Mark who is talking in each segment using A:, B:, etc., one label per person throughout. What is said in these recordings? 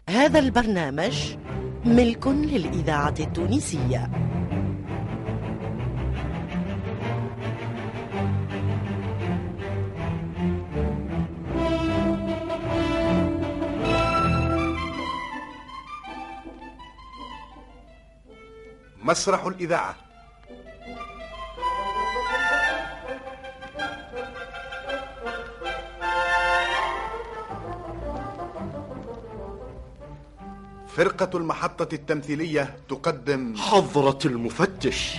A: هذا البرنامج ملك للإذاعة التونسية.
B: مسرح الإذاعة. فرقة المحطة التمثيلية تقدم
C: حضرة المفتش.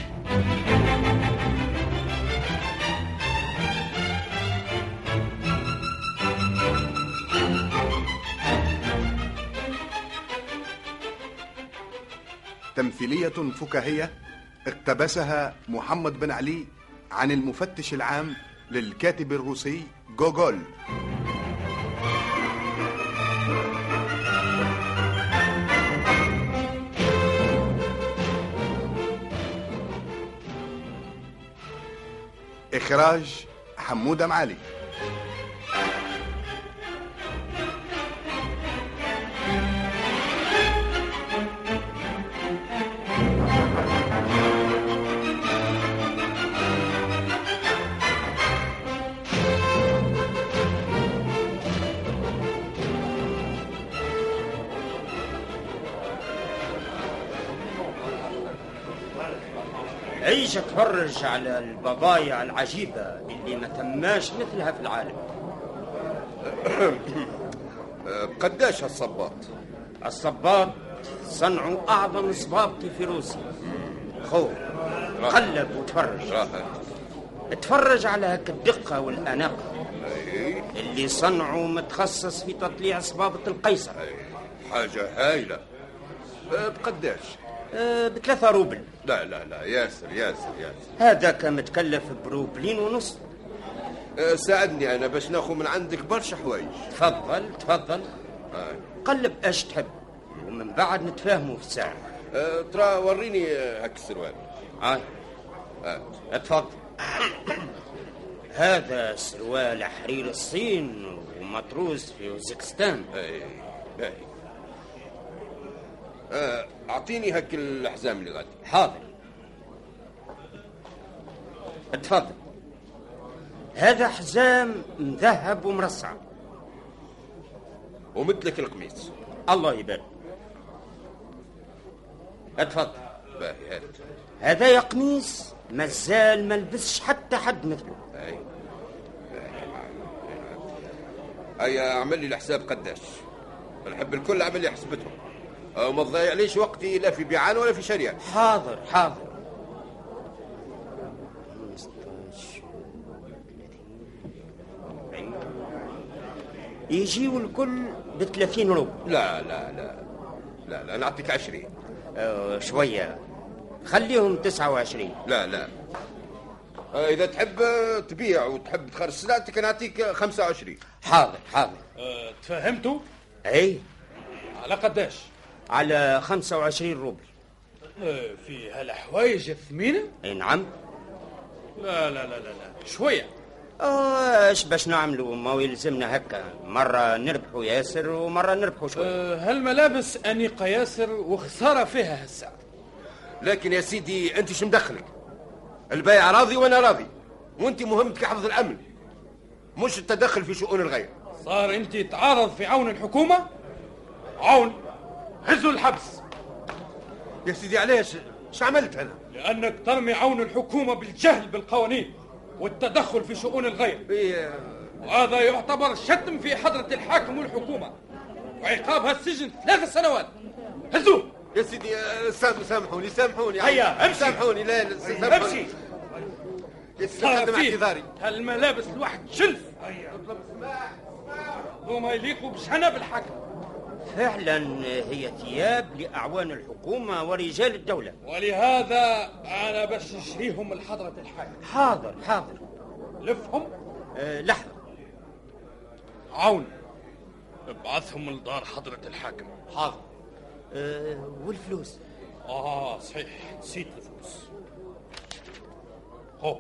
B: تمثيلية فكاهية اقتبسها محمد بن علي عن المفتش العام للكاتب الروسي غوغول. إخراج حمودة معالي.
D: عيش تفرج على البضايع العجيبة اللي ما تماش مثلها في العالم.
C: قداش الصباط؟
D: الصباط صنعوا أعظم صبابطي في روسيا. خو قلب وتفرج. تفرج على هك الدقة والأناقة اللي صنعوا متخصص في تطليع صبابط القيصر.
C: حاجة هايلة. بقداش؟
D: ب3 روبل.
C: لا ياسر.
D: هذاك متكلف بروبلين ونص.
C: ساعدني أنا باش ناخذ من عندك برشا حوايج.
D: تفضل. قلب اش تحب ومن بعد نتفاهموا في السعر.
C: ترى وريني هك السروال.
D: اتفضل. هذا سروال حرير الصين ومطروز في اوزبكستان.
C: باهي. اعطيني هك الحزام اللي غادي.
D: حاضر. اتفضل. هذا حزام مذهب ومرصع
C: ومثلك القميص.
D: الله يبارك. اتفضل.
C: باهي هات.
D: هذا يا قميص مازال ما لبسش حتى حد مثله.
C: اي اعمل لي الحساب قداش. نحب الكل اعمل لي حسبتهم وما تضيعليش وقتي لا في بيعان ولا في شريان.
D: حاضر. يجيوا الكل ب30 روبل.
C: لا نعطيك 20.
D: شوية خليهم 29.
C: لا إذا تحب تبيع وتحب تخرج سلعتك نعطيك 25.
D: حاضر.
E: تفهمتوا؟
D: اي.
E: على قداش؟
D: على 25 روبل.
E: في هالحوايج الثمينة؟
D: اي نعم.
E: لا شوية.
D: ايش باش نعملوا؟ ما يلزمنا هكا، مرة نربحوا ياسر ومرة نربحوا شوية.
E: هالملابس أنيقة ياسر وخسارة فيها هالساعة.
C: لكن يا سيدي أنت شو مدخلك؟ البيع راضي وأنا راضي، وأنت مهمتك حفظ الأمن مش التدخل في شؤون الغير.
E: صار أنت تعارض في عون الحكومة؟ عون هزوا الحبس.
C: يا سيدي علاش؟ شو عملت أنا؟
E: لأنك ترمي عون الحكومة بالجهل بالقوانين والتدخل في شؤون الغير. وهذا يعتبر شتم في حضرة الحاكم والحكومة، وعقابها السجن 3 سنوات. هزوه.
C: يا سيدي سامحوني
E: هيا امشي.
C: سامحوني. لا
E: امشي.
C: يستخدم اعتذاري.
E: هالملابس الواحد شلف. وما يليقوا بشنب الحاكم.
D: فعلا هي ثياب لأعوان الحكومة ورجال الدولة،
E: ولهذا أنا باش نشريهم لحضرة الحاكم.
D: حاضر.
E: لفهم.
D: لحظة.
E: عون ابعثهم لدار حضرة الحاكم.
D: حاضر. والفلوس؟
E: صحيح نسيت الفلوس. هو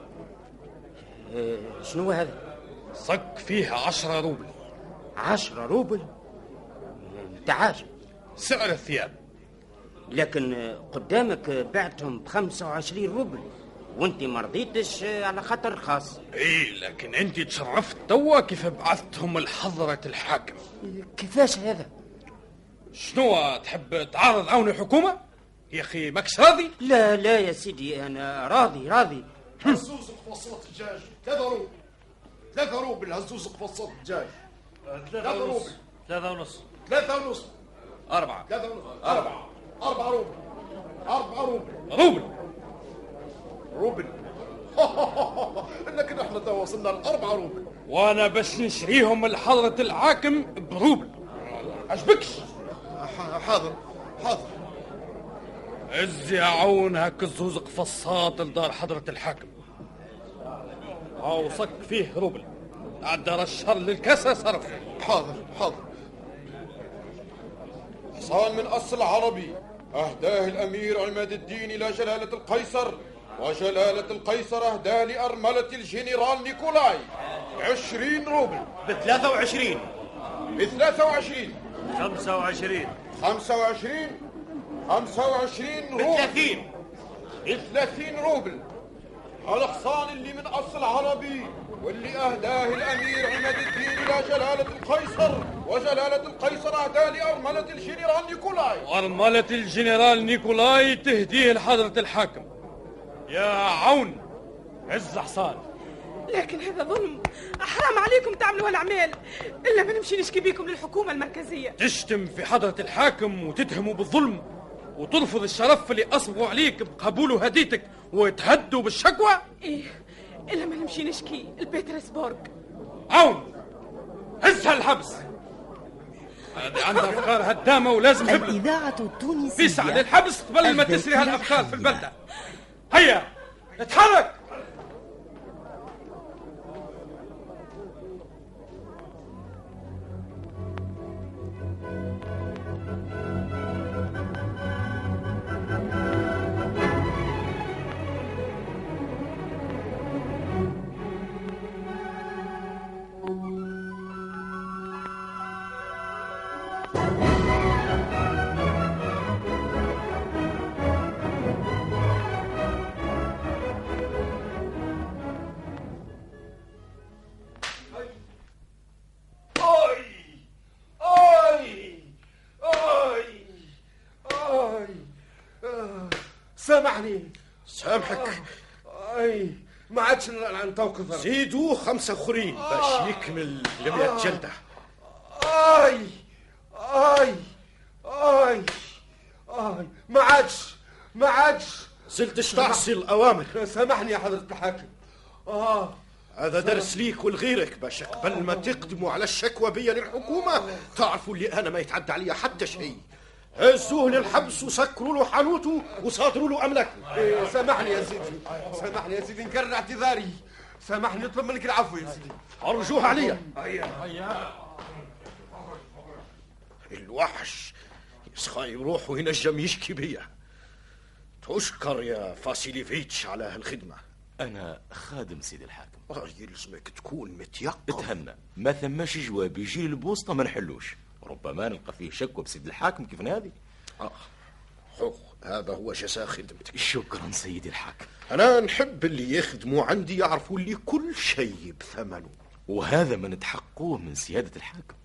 D: شنو هذا؟
E: صك فيها 10 روبل.
D: 10 روبل؟ تعاج.
E: سعر الثياب،
D: لكن قدامك بعتهم ب25 روبل وانت ما رضيتش على خاطر خاص.
E: لكن انت تشرفت توا كيف بعثتهم لحضرة الحاكم.
D: كيفاش هذا؟
E: شنو تحب تعارض عون الحكومة؟ يا اخي ماكش راضي؟
D: لا لا يا سيدي انا راضي.
B: هزوز قفصات الدجاج 3 روبل، 3 روبل هزوز قفصات الدجاج. 3 روبل،
F: 3 ونص،
B: 3 ونص،
F: 4،
B: 3 ونص، 4 روبل، 4
E: روبل
B: روبل. لكن احنا توا وصلنا ل 4 روبل.
E: وانا باش نشريهم لحضرة الحاكم بروبل. عجبكش؟
B: حاضر حاضر.
E: عز يا عون هاك الزوز قفصات لدار حضرة الحاكم. صك فيه روبل، عدى الشهر للكسرة صرف.
B: حاضر حاضر.
G: حصان من أصل عربي أهداه الأمير عماد الدين إلى جلالة القيصر، وجلالة القيصر أهداه لأرملة الجنرال نيكولاي 20 روبل.
F: ب23،
G: ب23،
F: 25،
G: 25، 25 روبل، ب30 روبل. الحصان اللي من أصل عربي واللي أهداه الأمير عماد الدين إلى جلالة القيصر، وجلالة القيصر أهداه لأرملة الجنرال نيكولاي.
E: وأرملة الجنرال نيكولاي تهديه لحضرة الحاكم. يا عون عز حصان.
H: لكن هذا ظلم، حرام عليكم تعملوا هالأعمال، إلا ما نمشي نشكي بيكم للحكومة المركزية.
E: تشتم في حضرة الحاكم وتتهموا بالظلم وترفض الشرف اللي أصبغوا عليك بقبول هديتك وتهدوا بالشكوى.
H: إلا ما نمشي نشكي لبيترسبورغ.
E: عون هزها الحبس. هذه عندها أفكار هدامة ولازم تبلغ.
A: الإذاعة التونسية
E: في سعد الحبس قبل ما تسري هالأفكار في البلدة. هيا اتحرك.
C: سامحك. ما عادش نتوقف.
B: زيدوا 5 اخرين باش يكمل 100 جلدة.
C: ما عادش
B: زلتش تعصي الأوامر.
C: سامحني يا حضرة الحاكم.
B: هذا درس ليك ولغيرك باش قبل ما تقدموا على الشكوى بيا للحكومة تعرفوا اللي أنا ما يتعدى عليا حتى شيء. هزوه للحبس وسكروا له حانوته وصادروا له أملاكه.
C: سامحني يا سيدي، نكرر اعتذاري. سامحني، نطلب منك العفو يا سيدي.
B: أرجوه عليا. الوحش يسخى يروح وينجم يشكي بيا. تشكر يا فاسيليفيتش على هالخدمة.
I: أنا خادم سيدي الحاكم.
B: يلزمك تكون متيقظ.
I: اتهنى، ما ثماش جواب يجي البوسطة ما نحلوش، ربما نلقى فيه شكوى بسيد الحاكم كيف هذه.
B: هذا هو جزاء خدمتك.
I: شكرا سيدي الحاكم.
B: أنا نحب اللي يخدموا عندي يعرفوا اللي كل شيء بثمنه،
I: وهذا ما نتحقوه من سيادة الحاكم.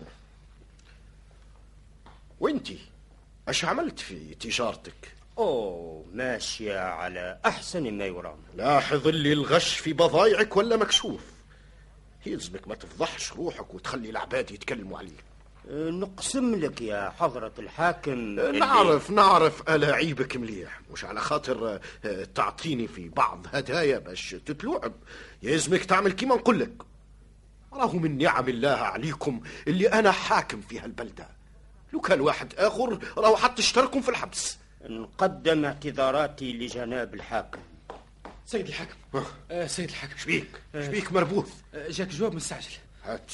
B: وانتي ايش عملت في تجارتك؟
D: ماشية على أحسن ما يرام.
B: لاحظ اللي الغش في بضايعك ولا مكشوف. يلزمك ما تفضحش روحك وتخلي العباد يتكلموا عليك.
D: نقسم لك يا حضرة الحاكم.
B: نعرف ألاعيبك مليح، مش على خاطر تعطيني في بعض هدايا باش تتلوعب. يلزمك تعمل كيما نقول لك. راهو من نعم الله عليكم اللي أنا حاكم في هالبلدة. لو كان واحد آخر راهو حط اشتركم في الحبس.
D: نقدم اعتذاراتي لجناب الحاكم.
E: سيد الحاكم. سيد الحاكم.
B: شبيك مربوث؟
E: جاك جواب مستعجل.
B: هات.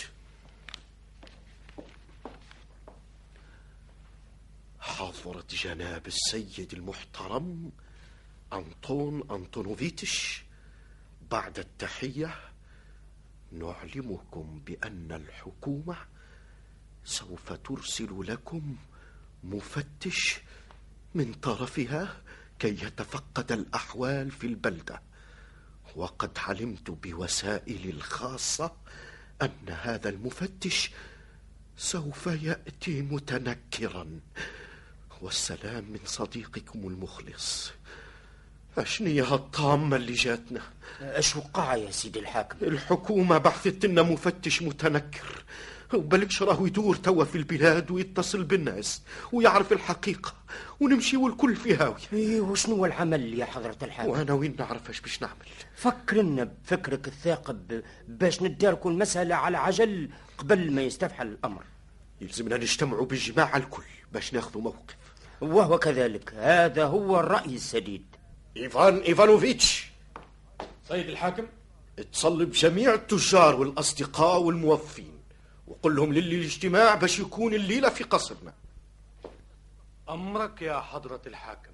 B: حضرة جناب السيد المحترم أنطون أنطونوفيتش، بعد التحية نعلمكم بأن الحكومة سوف ترسل لكم مفتش من طرفها كي يتفقد الأحوال في البلدة، وقد علمت بوسائلي الخاصة أن هذا المفتش سوف يأتي متنكرا. والسلام من صديقكم المخلص. أشنيها الطامة اللي جاتنا؟
D: اش وقع يا سيدي الحاكم؟
B: الحكومة بعثت لنا مفتش متنكر، وبلكش راهو يدور توا في البلاد ويتصل بالناس ويعرف الحقيقة، ونمشي والكل في هاوية.
D: ايه وشنو هو العمل يا حضرة الحاكم؟
B: وأنا وين نعرف ايش باش نعمل؟
D: فكرنا بفكرك الثاقب باش نداركوا المسألة على عجل قبل ما يستفحل الأمر.
B: يلزمنا نجتمعوا بالجماعة الكل باش ناخذوا موقف.
D: وهو كذلك، هذا هو الرأي السديد.
B: إيفانوفيتش،
E: سيد الحاكم،
B: اتصل بجميع التجار والأصدقاء والموظفين وقل لهم للي الاجتماع باش يكون الليلة في قصرنا.
E: أمرك يا حضرة الحاكم.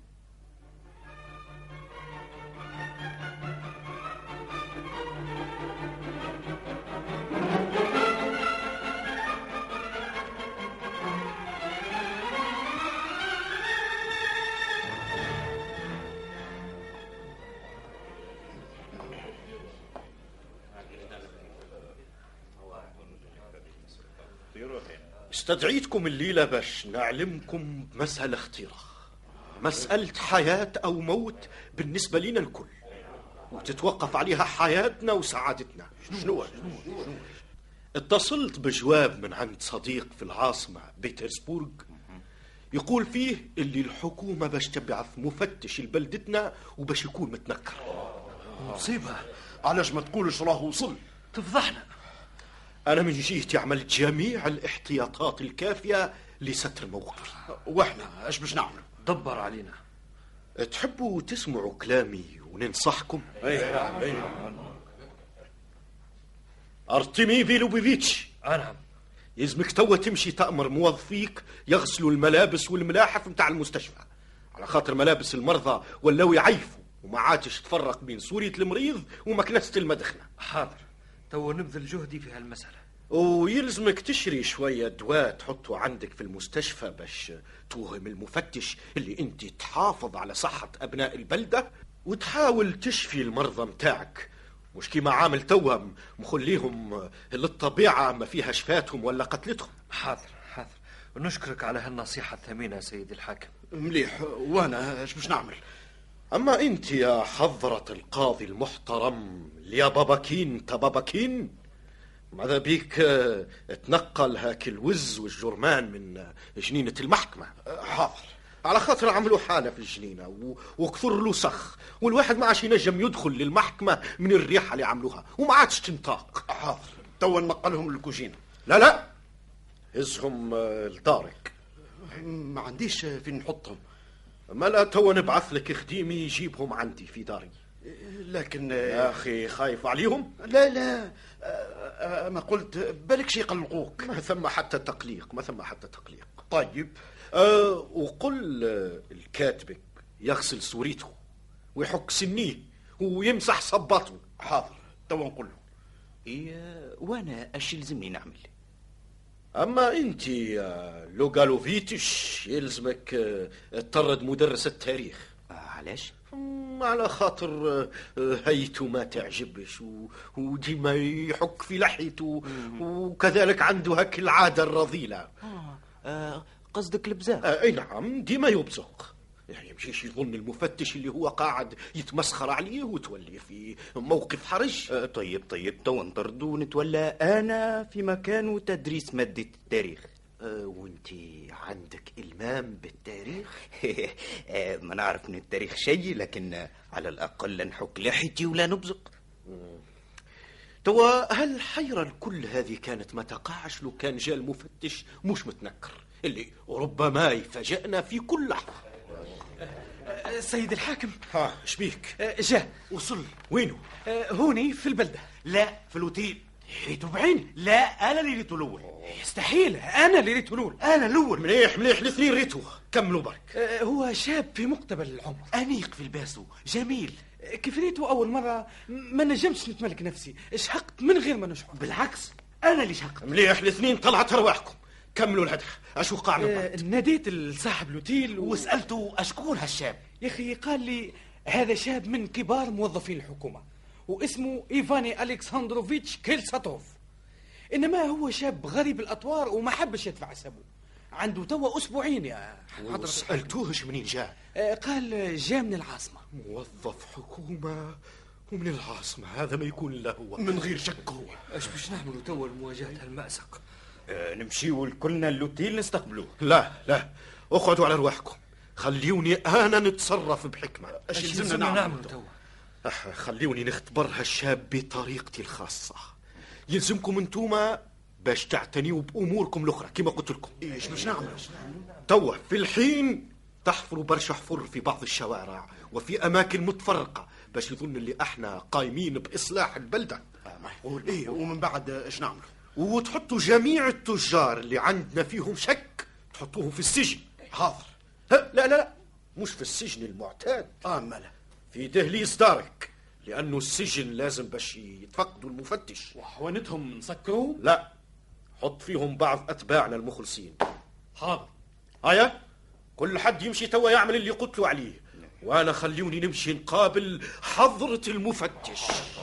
B: استدعيتكم الليلة باش نعلمكم بمسألة خطيرة، مسألة حياة أو موت بالنسبة لنا الكل، وتتوقف عليها حياتنا وسعادتنا. شنو؟ اتصلت بجواب من عند صديق في العاصمة بيترسبورغ يقول فيه اللي الحكومة باش تبعث مفتش لبلدتنا وباش يكون متنكر.
J: مصيبة، علاش ما تقولش راه وصل؟ تفضحنا.
B: أنا من جهتي عملت جميع الاحتياطات الكافية لستر الموقف.
J: واحنا ايش باش نعمل؟ دبر علينا.
B: تحبوا تسمعوا كلامي وننصحكم؟ أرتمي فيلوبيفيتش،
J: نعم.
B: يلزمك توا تمشي تأمر موظفيك يغسلوا الملابس والملاحف متاع المستشفى، على خاطر ملابس المرضى ولاو يعيفوا وما عادش تفرق بين سورية المريض ومكنسة المدخنة.
J: حاضر، تو نبذل جهدي في هالمسألة.
B: ويلزمك تشري شوية دواء تحطه عندك في المستشفى باش توهم المفتش اللي انت تحافظ على صحة أبناء البلدة وتحاول تشفي المرضى متاعك، مش كيما عامل توهم مخليهم للطبيعة ما فيها شفاتهم ولا قتلتهم.
J: حاضر حاضر، ونشكرك على هالنصيحة الثمينة يا سيدي الحاكم.
B: مليح، وانا ايش باش نعمل؟ اما انت يا حضرة القاضي المحترم يا باباكين تباباكين، ماذا بيك تنقل هاك الوز والجرمان من جنينة المحكمة؟
J: حاضر،
B: على خاطر عملوا حالة في الجنينة وكثر له سخ، والواحد ما عادش ينجم يدخل للمحكمة من الريحة اللي عملوها وما عادش تنطاق.
J: حاضر، تو نقلهم للكوجينة.
B: لا هزهم لدارك.
J: ما عنديش فين نحطهم.
B: ما لا تو نبعث لك خديمي يجيبهم عندي في داري.
J: لكن
B: يا أخي خايف عليهم؟
J: لا ما قلت بالك يقلقوك.
B: ما ثم حتى تقليق، ما ثم حتى تقليق.
J: طيب
B: وقل الكاتبك يغسل سوريته ويحك سنيه ويمسح صباته.
J: حاضر، تو نقول له.
I: وانا اش يلزمني نعمل؟
B: اما انت يا لوغالوفيتش يلزمك تطرد مدرس التاريخ.
I: علاش؟
B: على خاطر هيته ما تعجبش وديما يحك في لحيته وكذلك عنده هك العادة الرذيلة.
I: قصدك البزاق؟
B: اي نعم، ديما يبزق، يعني يمشيش يظن المفتش اللي هو قاعد يتمسخر عليه وتولي في موقف حرج.
I: طيب تو نطرد ونتولى انا في مكان تدريس مادة التاريخ.
B: وانت عندك إلمام بالتاريخ؟
I: ما نعرف من التاريخ شيء، لكن على الأقل نحك لحيتي ولا نبزق.
B: توا هل الحيرة الكل هذه كانت ما تقعش لو كان جاء المفتش مش متنكر اللي ربما يفاجئنا في كل لحظة؟
K: سيد الحاكم.
B: شبيك؟
K: جاء
B: وصل. وينه؟
K: هوني في البلدة.
J: لا، في الأوتيل.
K: ريتو بعيني.
J: لا، أنا اللي ريتو الأول.
K: يستحيل، أنا اللي ريتو الأول.
J: أنا الأول.
B: مليح الاثنين ريتو. كملوا برك.
K: هو شاب في مقتبل العمر،
J: أنيق في لباسه، جميل.
K: كيف ريتو أول مرة ما نجمش نتملك نفسي، شهقت من غير ما نشعر.
J: بالعكس، أنا اللي شهقت.
B: مليح الاثنين، طلعت أرواحكم. كملوا الهدف. اش وقع من بعد؟
K: ناديت لصاحب الاوتيل
I: وسالته اشكون هالشاب.
K: يا اخي قال لي هذا شاب من كبار موظفين الحكومه واسمه ايفاني الكسندروفيتش كيلساتوف، انما هو شاب غريب الاطوار وما حبش يدفع حسابه. عنده توا اسبوعين يا حضرة.
B: سالتوهش منين جاء؟
K: قال جاء من العاصمه.
B: موظف حكومه ومن العاصمه، هذا ما يكون الا هو.
J: من غير شك هو.
L: اش باش نعملوا توا لمواجهه هالمأزق؟
D: نمشيو كلنا اللوتيل نستقبلوه.
B: لا لا، اقعدوا على رواحكم، خليوني انا نتصرف بحكمه.
J: اش يلزمنا نعملوا توا؟
B: خليوني نختبر هالشاب بطريقتي الخاصه. يلزمكم انتوما باش تعتنيوا باموركم الاخرى كما قلت لكم.
J: ايش باش نعملوا؟
B: توا في الحين تحفروا برشا حفر في بعض الشوارع وفي اماكن متفرقه باش يظن اللي احنا قايمين باصلاح البلده.
J: معقول. ايه ومن بعد ايش نعملوا؟
B: وتحطوا جميع التجار اللي عندنا فيهم شك تحطوهم في السجن.
J: حاضر.
B: لا لا لا، مش في السجن المعتاد،
J: ماله
B: في دهليز دارك، لانه السجن لازم باش يتفقدوا المفتش.
K: وحوانتهم نسكروا؟
B: لا، حط فيهم بعض اتباعنا المخلصين.
K: حاضر.
B: هيا كل حد يمشي توا يعمل اللي قلت له عليه، وانا خليوني نمشي نقابل حضرة المفتش.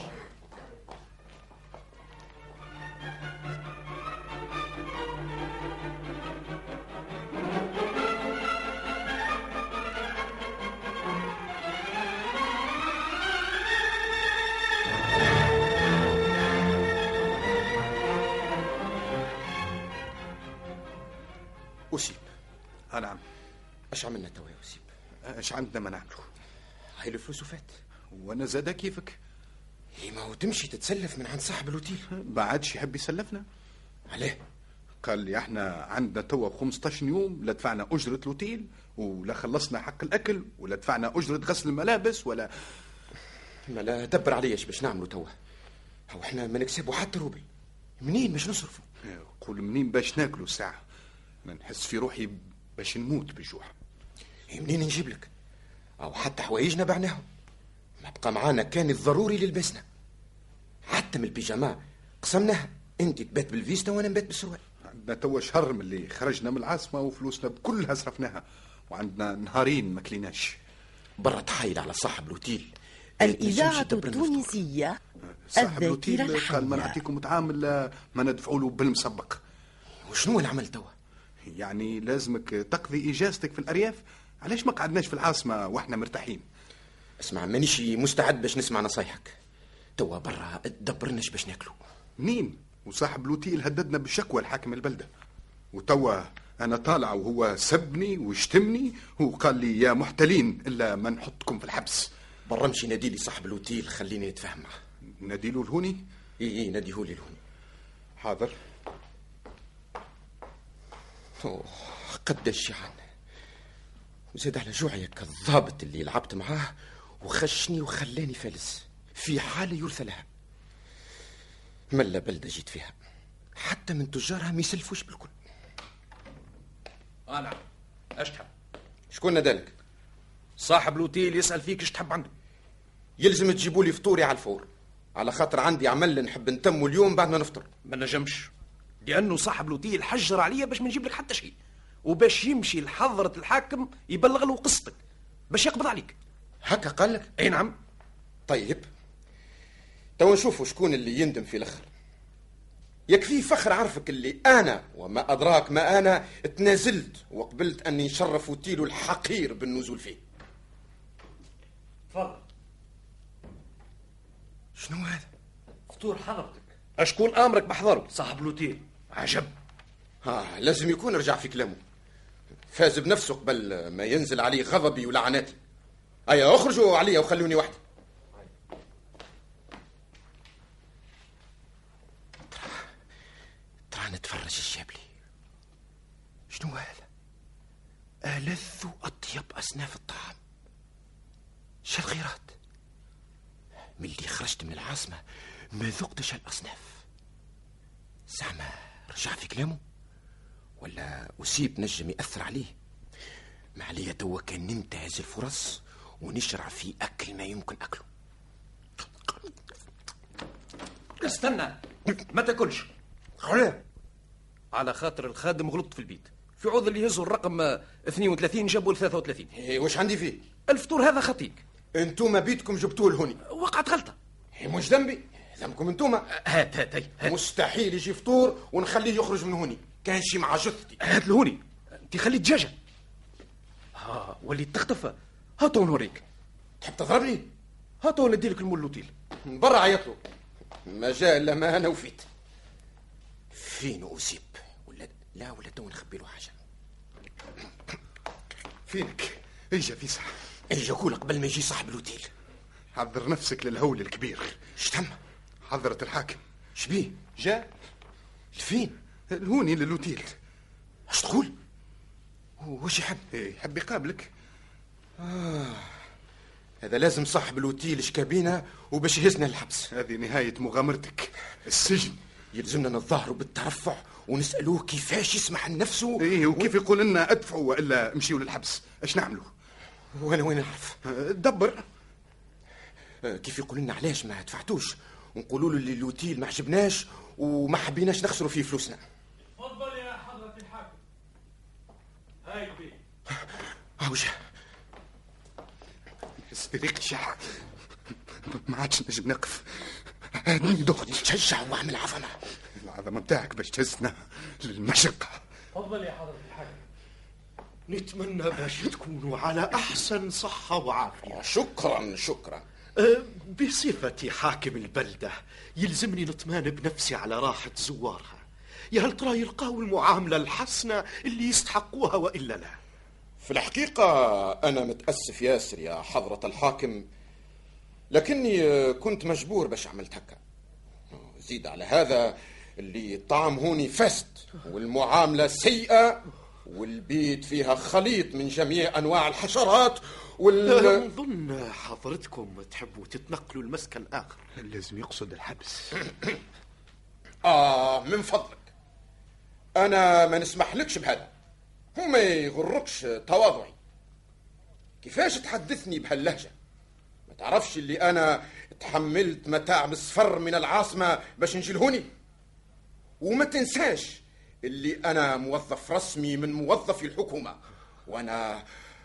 J: أسيب. نعم.
C: اش عملنا توا يا وسيب؟
J: اش عندنا ما نعملوا؟
C: هاي الفلوس وفات.
J: وانا زادا كيفك.
C: ما هو تمشي تتسلف من عند صاحب الاوتيل.
J: ما عادش يحب يسلفنا.
C: عليه؟
J: قال لي احنا عندنا توا 15 يوم لا دفعنا اجره الاوتيل ولا خلصنا حق الاكل ولا دفعنا اجره غسل الملابس ولا.
C: ما لا دبر عليا ايش باش نعملوا توا؟ هو احنا ما نكسبوا حتى روبل، منين باش نصرفوا؟
J: قول منين باش ناكلوا ساعه؟ انا نحس في روحي باش نموت بالجوع.
C: منين نجيب لك؟ او حتى حوايجنا بعناهم، ما بقى معانا كان الضروري اللي لبسنا، حتى من البيجامه قسمناها، انت تبات بالفيستا وانا نبات بالسروال.
J: عندنا توا شهر من اللي خرجنا من العاصمه وفلوسنا كلها صرفناها، وعندنا نهارين ما كليناش.
C: برا تحايل على صاحب الاوتيل.
A: الإذاعة التونسية
J: صاحب الاوتيل قال ما نعطيكم متعامل ما ندفعوا له بالمسبق.
C: وشنو اللي عمل توا؟
J: يعني لازمك تقضي اجازتك في الارياف. علاش ما قعدناش في العاصمه واحنا مرتاحين؟
C: اسمع، مانيش مستعد باش نسمع نصايحك. توا برا تدبرناش باش ناكلوا.
J: منين؟ وصاحب الاوتيل هددنا بالشكوى لحاكم البلده، وتوا انا طالع وهو سبني وشتمني وقال لي يا محتلين الا ما نحطكم في الحبس.
C: برا امشي نادي لي صاحب الاوتيل خليني نتفاهم معه.
J: ناديله الهوني؟
C: اي ناديه لي الهوني.
J: حاضر.
C: قداش جيعان، وزاد على جوعي كالضابط اللي لعبت معاه وخشني وخلاني فالس في حالة يرثى لها. ملا بلدة جيت فيها حتى من تجارها ما يسلفوش بالكل.
F: نعم. اش تحب؟
C: شكون نادالك؟
F: صاحب الاوتيل يسأل فيك اش تحب عنده.
C: يلزم تجيبوا لي فطوري على الفور، على خاطر عندي عمل نحب نتمه اليوم بعد ما نفطر.
F: ما نجمش، لانه صاحب الاوتيل حجر عليا باش ما نجيب لك حتى شيء، وباش يمشي لحضرة الحاكم يبلغ له قصتك باش يقبض عليك.
C: هكا قال لك؟
F: اي نعم.
C: طيب تو نشوفوا شكون اللي يندم في الاخر. يكفي فخر عرفك اللي انا وما ادراك ما انا تنازلت وقبلت اني نشرف اوتيل الحقير بالنزول فيه.
L: تفضل.
C: شنو هذا؟
L: فطور حضرتك.
F: اشكون امرك بحضره؟
L: صاحب الاوتيل.
F: عجب.
C: لازم يكون رجع في كلامه، فاز بنفسه قبل ما ينزل عليه غضبي ولعناتي. ايا اخرجوا عليا وخلوني وحدي. ترى نتفرج الشابلي. شنو هذا؟ ألذ وأطيب أصناف الطعام. شالغيرات. من اللي خرجت من العاصمة ما ذقتش هالأصناف. زعما رجع في كلامه ولا أسيب نجم يأثر عليه؟ ما عليا توا كان ننتهز الفرص ونشرع في أكل ما يمكن أكله.
F: استنى ما تاكلش.
C: علاه؟
F: على خاطر الخادم غلط في البيت. في عوض اللي يهزوا الرقم 32 جابوا ل 33.
G: واش عندي فيه؟
F: الفطور هذا خطيك.
G: انتوما بيتكم جبتوه لهوني.
F: وقعت غلطه.
G: مش ذنبي، ذنبكم انتوما.
F: هات.
G: مستحيل يجي فطور ونخليه يخرج من هوني، كان شي مع جثتي.
F: هات لهوني. انت خليت دجاجه. وليت تختفى. هاتو نوريك.
G: تحب تضربني؟
F: هاتو ندي لك المولوتيل.
G: برا عيطلو. ما جاء الا ما انا وفيت. فين أسيب؟ ولا تو نخبي له حاجه.
J: فينك؟ اجا فيسع.
G: اجا قول قبل ما يجي صاحب الاوتيل.
J: حضر نفسك للهول الكبير.
G: شتم؟
J: حضرة الحاكم.
G: شبيه؟ جاء؟ لفين؟
J: لهوني للأوتيل.
G: اش تقول؟ وش يحب؟
J: يحب يقابلك.
G: هذا لازم صاحب الأوتيل شكابينا وباش يهزنا للحبس.
J: هذه نهاية مغامرتك، السجن.
G: يلزمنا نتظاهروا بالترفع ونسألوه كيفاش يسمح لنفسه.
J: وكيف يقول لنا ادفعوا والا امشيوا للحبس. اش نعملوا؟
G: وانا وين نعرف؟
J: دبر.
G: كيف يقول لنا علاش ما دفعتوش ونقولوا له اللي الأوتيل ما عجبناش وما حبيناش نخسروا فيه فلوسنا.
E: تفضل يا حضرة الحاكم. هاي بي.
G: وجه
J: استريق شح. ما عادش نجم نقف. هادني دخت.
G: تشجع واعمل عظمه.
J: العظمه بتاعك باش تهزنا للمشقه.
E: تفضل يا حضرة الحاكم.
B: نتمنى باش تكونوا على احسن صحه وعافيه.
G: شكرا.
B: بصفتي حاكم البلده يلزمني نطمئن بنفسي على راحه زوارها. يا هل ترى يلقاوا المعامله الحسنه اللي يستحقوها والا لا؟
G: في الحقيقه انا متاسف ياسر يا حضره الحاكم، لكني كنت مجبور باش عملت هكا. زيد على هذا اللي الطعام هوني فاسد والمعامله سيئه والبيت فيها خليط من جميع انواع الحشرات
B: نظن حضرتكم تحبوا تتنقلوا المسكن اخر.
J: لازم يقصد الحبس.
G: من فضلك انا ما نسمحلكش بهذا، وما يغركش تواضعي. كيفاش تحدثني بهاللهجه؟ ما تعرفش اللي انا تحملت متاعب السفر من العاصمه باش نجي لهوني؟ وما تنساش اللي انا موظف رسمي من موظفي الحكومه، وانا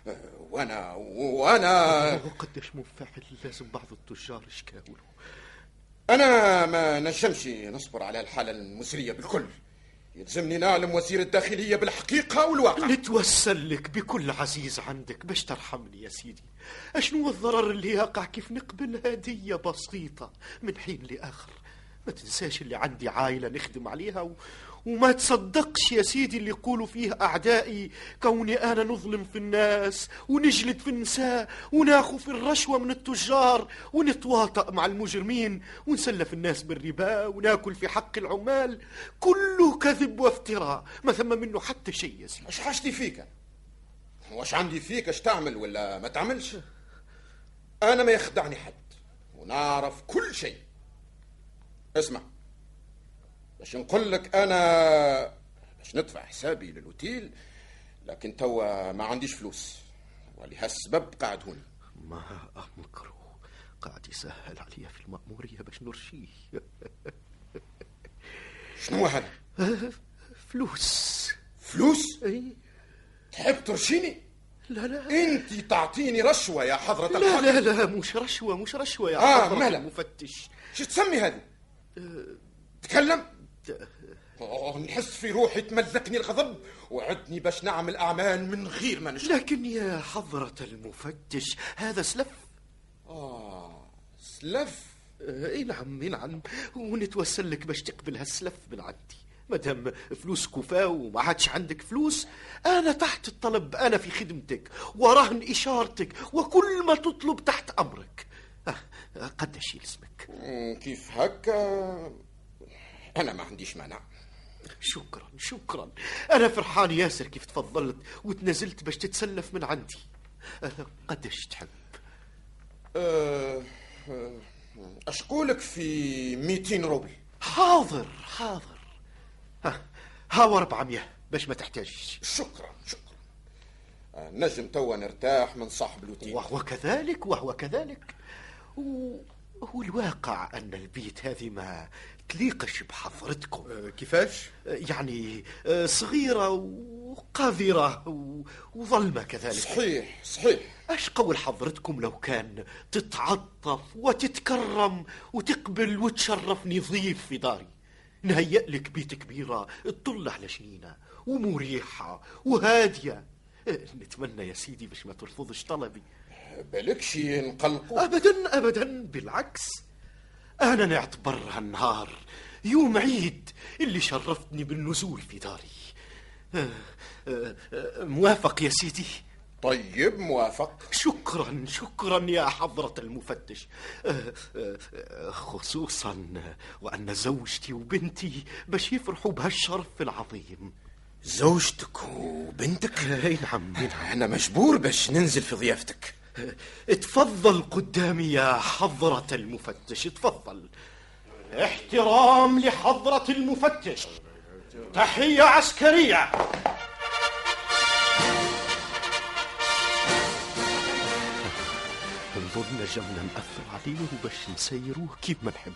B: وقداش منفعل لازم بعض التجار يشكاولوا.
G: انا ما نجمش نصبر على الحاله المزريه بالكل. يلزمني نعلم وزير الداخليه بالحقيقه والواقع.
B: نتوسل لك بكل عزيز عندك باش ترحمني يا سيدي. اشنو الضرر اللي يقع كيف نقبل هديه بسيطه من حين لاخر؟ ما تنساش اللي عندي عائله نخدم عليها وما تصدقش يا سيدي اللي يقولوا فيه أعدائي كوني أنا نظلم في الناس ونجلد في النساء وناخذ في الرشوة من التجار ونتواطأ مع المجرمين ونسلف الناس بالربا وناكل في حق العمال. كله كذب وافتراء، ما ثم منه حتى شيء يا سيدي.
G: اش حاجتي فيك؟ واش عندي فيك اش تعمل ولا ما تعملش؟ أنا ما يخدعني حد ونعرف كل شيء. اسمع، باش نقول لك انا باش ندفع حسابي للأوتيل، لكن توا ما عنديش فلوس ولهالسبب قاعد هوني.
B: ما أمكره قاعد يسهل عليا في المأمورية باش نرشيه.
G: شنو هذا؟
B: فلوس؟
G: اي تحب ترشيني؟
B: لا
G: انت تعطيني رشوة يا حضرة الحاكم.
B: لا مش رشوة يا حضرة المفتش.
G: شو تسمي هذه؟ تكلم. نحس في روحي تملكني الغضب وعدني باش نعمل أعمال من غير ما نشعر.
B: لكن يا حضرة المفتش هذا سلف.
G: سلف؟
B: اي نعم ونتوسل لك باش تقبل هالسلف من عندي. مادام فلوس كفاة وما عادش عندك فلوس، أنا تحت الطلب، أنا في خدمتك ورهن إشارتك وكل ما تطلب تحت أمرك. قداش يلزمك؟
G: كيف هكا؟ أنا ما عنديش مانع.
B: شكرا أنا فرحان ياسر كيف تفضلت وتنزلت باش تتسلف من عندي. قداش تحب؟
G: أشقولك في 200 روبل.
B: حاضر هاو 400 باش ما تحتاجش.
G: شكرا نجم توا نرتاح من صاحب الأوتيل.
B: وهو كذلك والواقع أن البيت هذه ما تليقش بحضرتكم.
J: كيفاش؟
B: يعني صغيرة وقذرة وظلمة كذلك.
G: صحيح.
B: اش قول حضرتكم لو كان تتعطف وتتكرم وتقبل وتشرفني ضيف في داري، نهيأ لك بيت كبيرة تطل على جنينة ومريحة وهادية. نتمنى يا سيدي باش ما ترفضش طلبي.
G: بالكش نقلقوا؟
B: أبدا بالعكس، أنا نعتبر هالنهار يوم عيد اللي شرفتني بالنزول في داري. موافق يا سيدي؟
G: طيب موافق.
B: شكرا يا حضرة المفتش، خصوصا وأن زوجتي وبنتي باش يفرحوا بهالشرف العظيم.
C: زوجتك وبنتك؟
B: نعم.
C: أنا مجبور باش ننزل في ضيافتك.
B: اتفضل قدامي يا حضرة المفتش، اتفضل. احترام لحضرة المفتش، تحية عسكرية. نظن نجمنا نأثر عليه باش نسيروه كيف ما نحبه.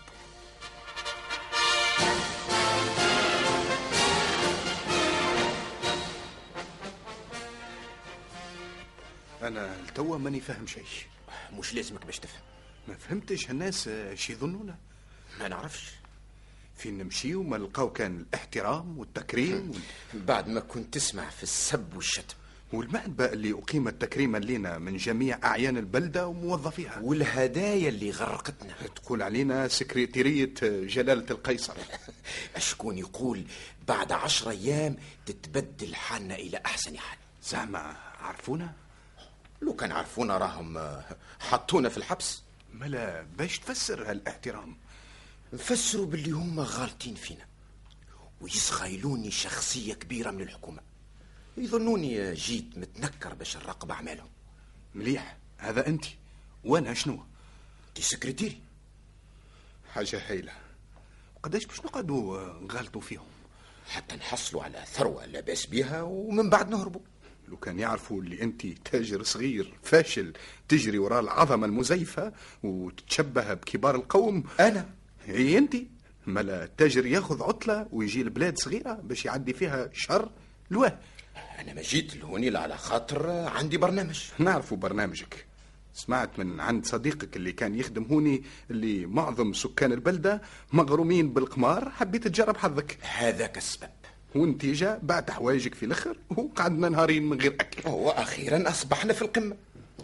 J: أنا التوا ماني فاهم شيء.
C: مش لازمك باش تفهم.
J: ما فهمتش الناس شي يظنونا؟
C: ما نعرفش
J: فين نمشي وما نلقاو كان الاحترام والتكريم
C: بعد ما كنت تسمع في السب والشتم
J: والمأدبة اللي أقيمت تكريما لنا من جميع أعيان البلدة وموظفيها
C: والهدايا اللي غرقتنا.
J: تقول علينا سكرتيرية جلالة القيصر.
C: أشكون يقول بعد 10 أيام تتبدل حالنا إلى أحسن حال.
J: زعما عرفونا؟
C: لو كان عرفونا راهم حطونا في الحبس.
J: ملا باش تفسر هالاحترام؟
C: نفسروا باللي هم غالطين فينا ويسخيلوني شخصية كبيرة من الحكومة، يظنوني جيت متنكر باش نراقب أعمالهم.
J: مليح، هذا أنت وأنا شنو؟
C: دي سكرتيري.
J: حاجة هايلة. وقداش باش نقعدوا نغلطوا فيهم
C: حتى نحصلوا على ثروة لا بأس بها ومن بعد نهربوا؟
J: لو كان يعرفوا اللي أنت تاجر صغير فاشل تجري وراء العظمة المزيفة وتتشبه بكبار القوم.
C: أنا
J: هي أنت ملا التاجر ياخذ عطلة ويجي البلاد صغيرة باش يعدي فيها شهر لواه.
C: أنا ما جيت لهوني لا على خاطر عندي برنامج.
J: نعرفوا برنامجك، سمعت من عند صديقك اللي كان يخدم هوني اللي معظم سكان البلدة مغرومين بالقمار، حبيت تجرب حظك.
C: هذاك السبب.
J: والنتيجة بعت حوايجك في الأخر وقعدنا نهارين من غير أكل.
C: وأخيرا أصبحنا في القمة.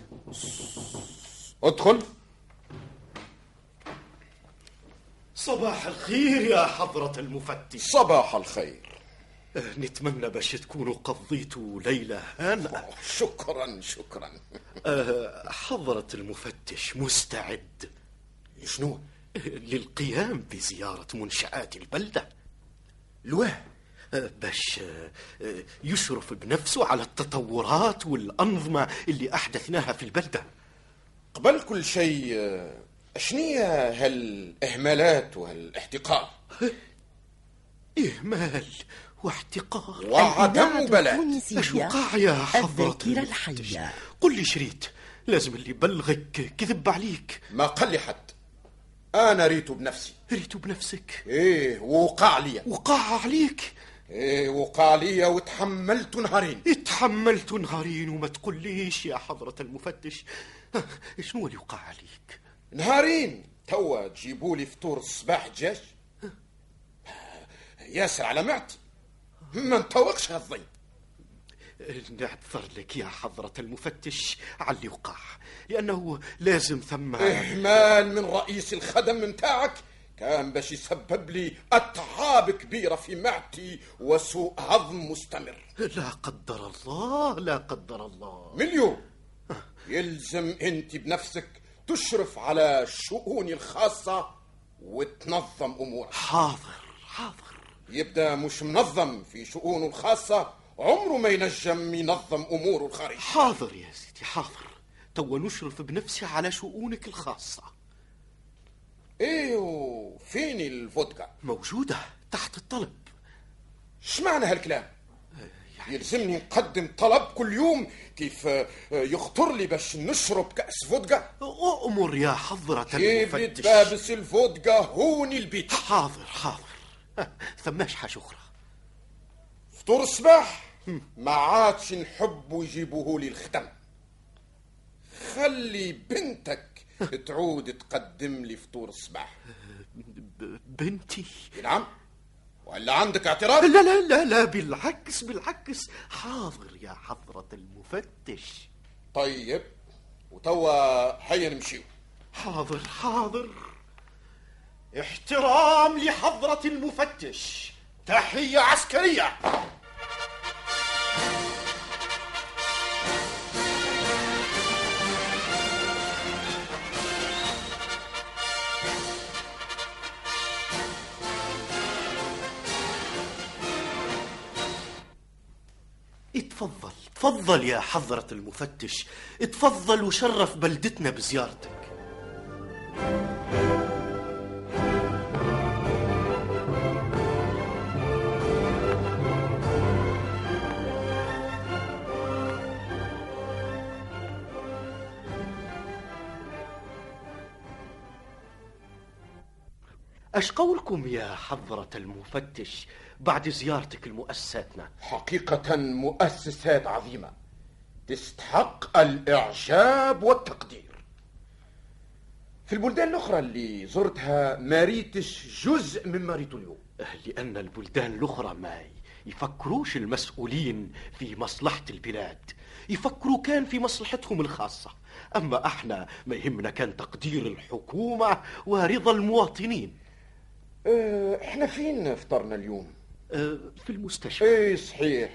G: ادخل.
B: صباح الخير يا حضرة المفتش.
G: صباح الخير.
B: نتمنى باش تكونوا قضيتوا ليلة هانئة.
G: شكرا.
B: حضرة المفتش مستعد
C: شنو؟
B: للقيام بزيارة منشآت البلدة.
C: لواه؟
B: باش يشرف بنفسه على التطورات والأنظمة اللي أحدثناها في البلدة.
G: قبل كل شيء شنية هالإهمالات وهالاحتقار؟
B: إهمال واحتقار
G: وعدم بلاء.
B: اش وقع يا حضرة
A: الذاكرة الحية؟
B: قل لي شريت، لازم اللي بلغك كذب عليك.
G: ما قال لي حد، أنا ريت بنفسي.
B: ريت بنفسك؟
G: إيه، وقع لي.
B: وقع عليك؟
G: إيه وقع لي وتحملت نهارين.
B: اتحملت نهارين وما تقوليش يا حضرة المفتش شنو اللي وقع عليك؟
G: نهارين توا تجيبوا لي فطور الصباح الجاج ياسر على معدتي، ما نطوقش هالضي.
B: نعتذر لك يا حضرة المفتش على اللي وقع، لأنه لازم ثم
G: إهمال من رئيس الخدم متاعك كان باش يسبب لي أتعاب كبيرة في معدتي وسوء هضم مستمر.
B: لا قدر الله، لا قدر الله.
G: من اليوم يلزم أنت بنفسك تشرف على شؤوني الخاصة وتنظم أمورك.
B: حاضر.
G: يبدأ مش منظم في شؤونه الخاصة عمره ما ينجم ينظم أموره الخارجية.
B: حاضر يا سيدي حاضر، تو نشرف بنفسي على شؤونك الخاصة.
G: ايه وفيني الفودكا؟
B: موجودة تحت الطلب.
G: شمعنى هالكلام؟ يلزمني نقدم طلب كل يوم كيف يخطر لي باش نشرب كأس فودكا.
B: أؤمر يا حضرة
G: كيف
B: المفتش.
G: يتبابس الفودكا هوني البيت.
B: حاضر ثماش حاجة أخرى.
G: فطور الصباح ما عادش نحب يجيبوه لي الختم. خلي بنتك تعود تقدم لي فطور الصباح.
B: بنتي؟
G: نعم. ولا عندك اعتراض؟
B: لا لا لا لا، بالعكس. حاضر يا حضرة المفتش.
G: طيب وتوا هيا نمشيو.
B: حاضر. احترام لحضرة المفتش، تحية عسكرية. اتفضل يا حضرة المفتش، اتفضل وشرف بلدتنا بزيارتك. أش قولكم يا حضرة المفتش بعد زيارتك لمؤسساتنا؟
G: حقيقة مؤسسات عظيمة تستحق الإعجاب والتقدير. في البلدان الأخرى اللي زرتها ما ريتش جزء مما ريته اليوم.
B: لأن البلدان الأخرى ما يفكروش المسؤولين في مصلحة البلاد، يفكروا كان في مصلحتهم الخاصة. أما احنا ما يهمنا كان تقدير الحكومة ورضا المواطنين.
G: احنا فين فطرنا اليوم؟
B: في المستشفى.
G: ايه صحيح.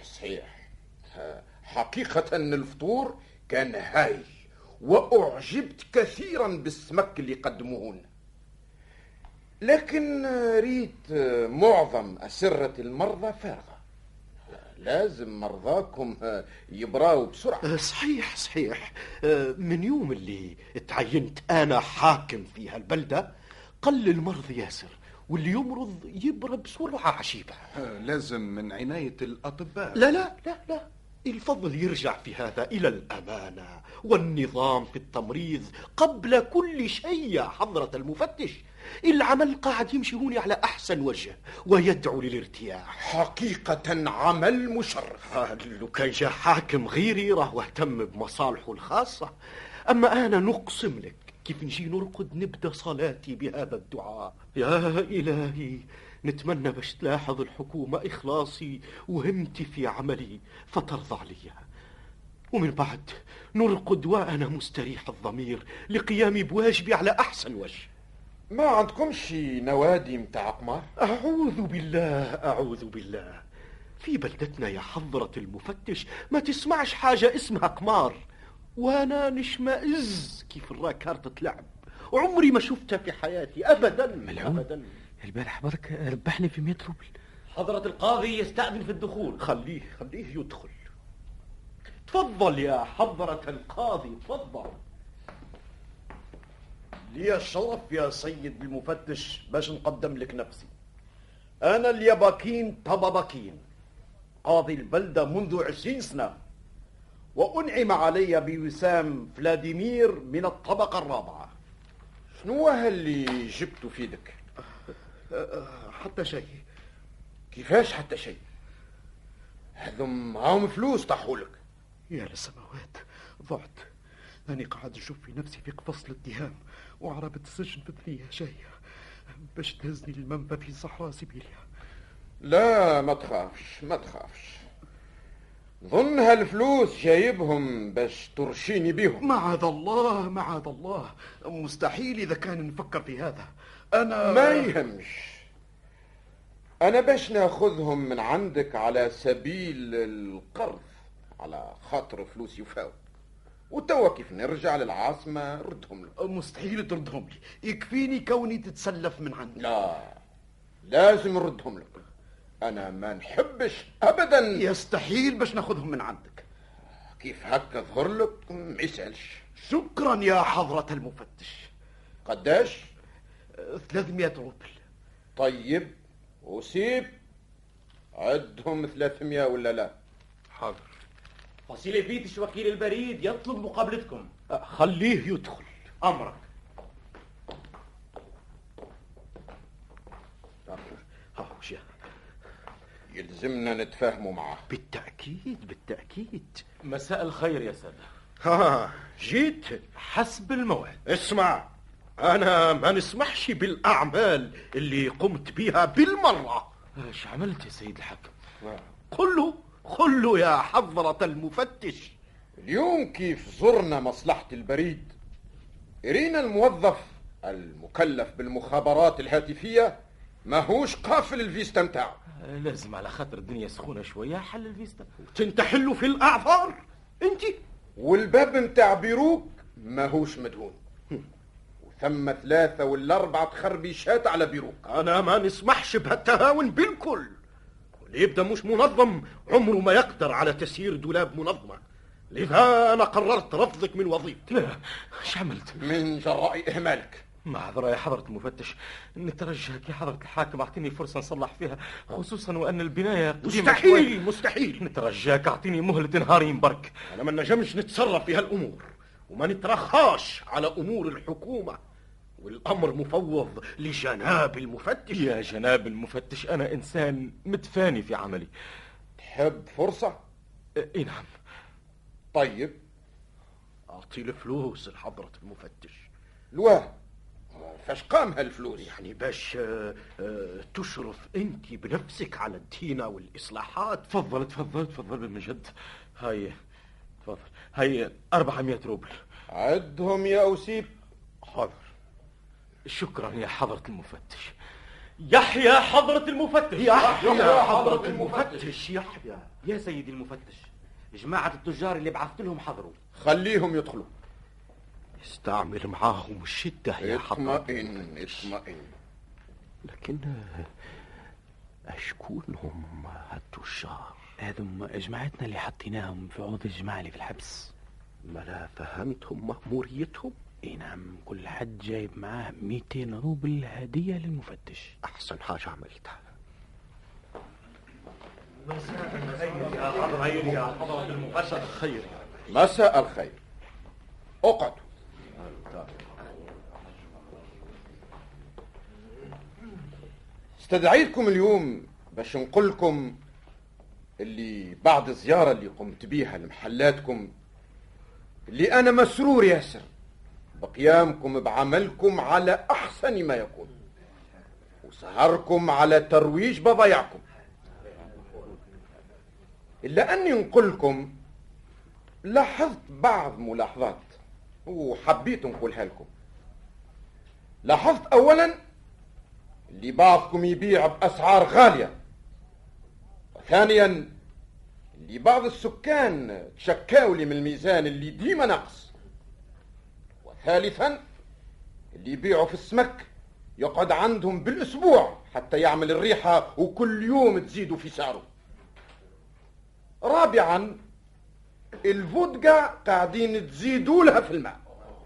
G: حقيقة الفطور كان هايل، وأعجبت كثيرا بالسمك اللي قدموه لنا. لكن ريت معظم أسرة المرضى فارغة. لازم مرضاكم يبراوا بسرعة.
B: صحيح. من يوم اللي اتعينت أنا حاكم في هالبلدة قل المرض ياسر، واللي يمرض يبرى بسرعة عجيبة.
J: لازم من عناية الأطباء.
B: لا الفضل يرجع في هذا إلى الأمانة والنظام في التمريض قبل كل شيء يا حضرة المفتش. العمل قاعد يمشي هوني على أحسن وجه ويدعو للارتياح.
G: حقيقة عمل مشرف.
B: لو كان جاء حاكم غيري راه اهتم بمصالحه الخاصة. أما أنا نقسم لك كيف نجي نرقد نبدأ صلاتي بهذا الدعاء: يا إلهي نتمنى باش تلاحظ الحكومة إخلاصي وهمتي في عملي فترضى علي، ومن بعد نرقد وأنا مستريح الضمير لقيامي بواجبي على أحسن وجه.
G: ما عندكمش نوادي متاع قمار؟
B: أعوذ بالله. في بلدتنا يا حضرة المفتش ما تسمعش حاجة اسمها قمار، وانا نشمئز كيف الراكارت تلعب، وعمري ما شفتها في حياتي ابدا.
K: ملعون البارح برك ربحني في 100 روبل.
D: حضرة القاضي يستأذن في الدخول.
B: خليه يدخل. تفضل يا حضرة القاضي، تفضل.
M: لي الشرف يا سيد المفتش باش نقدم لك نفسي. أنا الياباكين طباباكين، قاضي البلدة منذ 20 سنة، وأنعم علي بوسام فلاديمير من الطبقة الرابعة.
G: شنو اللي جبته في يدك؟
M: حتى شيء.
G: كيفاش حتى شيء؟ هذم معاهم فلوس طاحولك.
M: يا للسماوات، ضعت. أنا قاعد نشوف في نفسي في قفص الاتهام، وعربة السجن في ثنية جاية باش تهزني للمنفى في صحراء سيبيريا.
G: لا ما تخافش. ظن هالفلوس جايبهم باش ترشيني بيهم.
M: معاذ الله، مستحيل إذا كان نفكر في هذا. أنا
G: ما يهمش، أنا باش ناخذهم من عندك على سبيل القرض، على خاطر فلوس يفاوت، وتوا كيف نرجع للعاصمة ردهم لك.
M: مستحيل تردهم لي، يكفيني كوني تتسلف من عندي.
G: لا، لازم نردهم لك. أنا ما نحبش أبدا.
M: يستحيل باش ناخذهم من عندك.
G: كيف هكا ظهر لك ما يسألش.
M: شكرا يا حضرة المفتش.
G: قداش؟
M: 300 روبل.
G: طيب وسيب عدهم 300 ولا لا؟
B: حاضر.
I: فاسيليفيتش وكيل البريد يطلب مقابلتكم.
B: خليه يدخل.
I: أمرك.
M: يلزمنا نتفاهموا معه.
B: بالتأكيد بالتأكيد.
I: مساء الخير يا سادة.
B: جيت
I: حسب الموعد.
B: اسمع، أنا ما نسمحش بالأعمال اللي قمت بها بالمرة.
I: ايش عملت يا سيد الحاكم؟
B: قل يا حضرة المفتش.
M: اليوم كيف زرنا مصلحة البريد، إرينا الموظف المكلف بالمخابرات الهاتفية ماهوش قافل الفيستا متاعه.
I: لازم على خاطر الدنيا سخونة شوية حل الفيستا.
B: تنتحلوا في الأعذار انت.
M: والباب متاع بيروك ماهوش مدهون، وثم 3 ولا 4 خربيشات على بيروك.
B: أنا ما نسمحش بهالتهاون بالكل. واللي يبدأ مش منظم عمره ما يقدر على تسيير دولاب منظمة. لذا أنا قررت رفضك من وظيفتي.
I: لا، ايش عملت؟
M: من جراء إهمالك.
I: معذرة يا حضرة المفتش، نترجاك يا حضرة الحاكم أعطيني فرصة نصلح فيها، خصوصا وأن البناية قديمة.
B: مستحيل.
I: نترجاك أعطيني مهلة نهارين برك.
B: أنا ما نجمش نتصرف في هالأمور، وما نترخاش على أمور الحكومة، والأمر مفوض لجناب المفتش.
I: يا جناب المفتش، أنا إنسان متفاني في عملي.
M: تحب فرصة؟
I: إيه نعم.
M: طيب
B: أعطي الفلوس لحضرة المفتش.
M: لواه فاش قام هالفلوس؟
B: يعني باش تشرف انت بنفسك على الدينة والإصلاحات.
I: تفضل بالمجد. هاي تفضل، هاي 400 روبل.
M: عدهم يا أوسيب.
B: حاضر.
I: شكرا يا حضرة المفتش. يحيى حضرة المفتش.
B: يحيى حضرة المفتش. يحيى.
D: يا سيدي المفتش، جماعة التجار اللي بعثت لهم حضروا.
M: خليهم يدخلوا.
B: استعمل معاهم الشدة يا حضرة.
M: اطمئن.
B: لكن أشكون هم هالتجار؟
K: هذم جماعتنا اللي حطيناهم في عوض الجماعة اللي في الحبس.
B: ما لا فهمتهم مأموريتهم؟
K: اي نعم، كل حد جايب معاه 200 روبل هدية للمفتش.
B: أحسن حاجة عملتها.
I: مساء الخير يا حضرة المفتش. خير.
M: مساء الخير. اقعدوا. استدعيتكم اليوم باش نقول لكم اللي بعد الزيارة اللي قمت بيها لمحلاتكم، اللي أنا مسرور ياسر بقيامكم بعملكم على أحسن ما يكون، وسهركم على ترويج بضايعكم. إلا أني نقول لكم لاحظت بعض ملاحظات وحبيت نقولها لكم. لاحظت أولا اللي بعضكم يبيع بأسعار غالية، وثانيا اللي بعض السكان تشكاولي من الميزان اللي ديما نقص، وثالثا اللي يبيعوا في السمك يقعد عندهم بالأسبوع حتى يعمل الريحة وكل يوم تزيدوا في سعره. رابعا الفودقة قاعدين تزيدوا لها في الماء.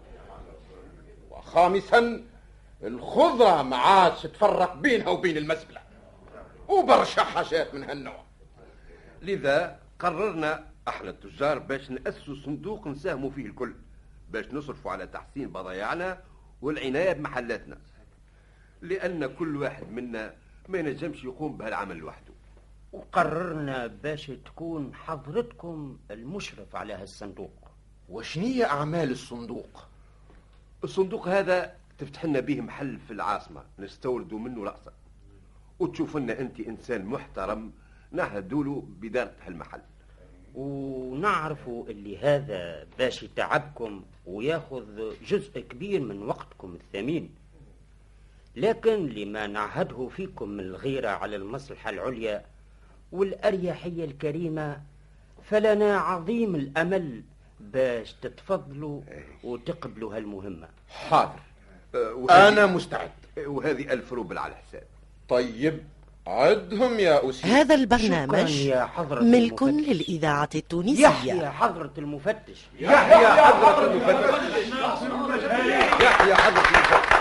M: وخامسا الخضرة ما عادش تفرق بينها وبين المزبلة، وبرشا حاجات من هالنوع.
N: لذا قررنا احنا التجار باش نأسسوا صندوق نساهموا فيه الكل، باش نصرفوا على تحسين بضايعنا والعناية بمحلاتنا، لأن كل واحد منا ما ينجمش يقوم بهالعمل لوحده.
D: وقررنا باش تكون حضرتكم المشرف على هالصندوق.
M: وشنية أعمال الصندوق؟
N: الصندوق هذا تفتح لنا به محل في العاصمة نستوردوا منه رأسا، وتشوف لنا أنت إنسان محترم نعهدوا له بدارة هالمحل،
D: ونعرفوا اللي هذا باش يتعبكم وياخذ جزء كبير من وقتكم الثمين، لكن لما نعهده فيكم من الغيرة على المصلحة العليا والأريحية الكريمة، فلنا عظيم الأمل باش تتفضلوا وتقبلوا هالمهمة.
M: حاضر. أنا مستعد.
N: وهذه 1000 روبل على الحساب.
M: طيب عدهم يا أسير.
A: هذا البرنامج ملك للإذاعة التونسية.
D: يحيى حضرة المفتش.
N: يحيى حضرة المفتش. يحيى حضرة المفتش.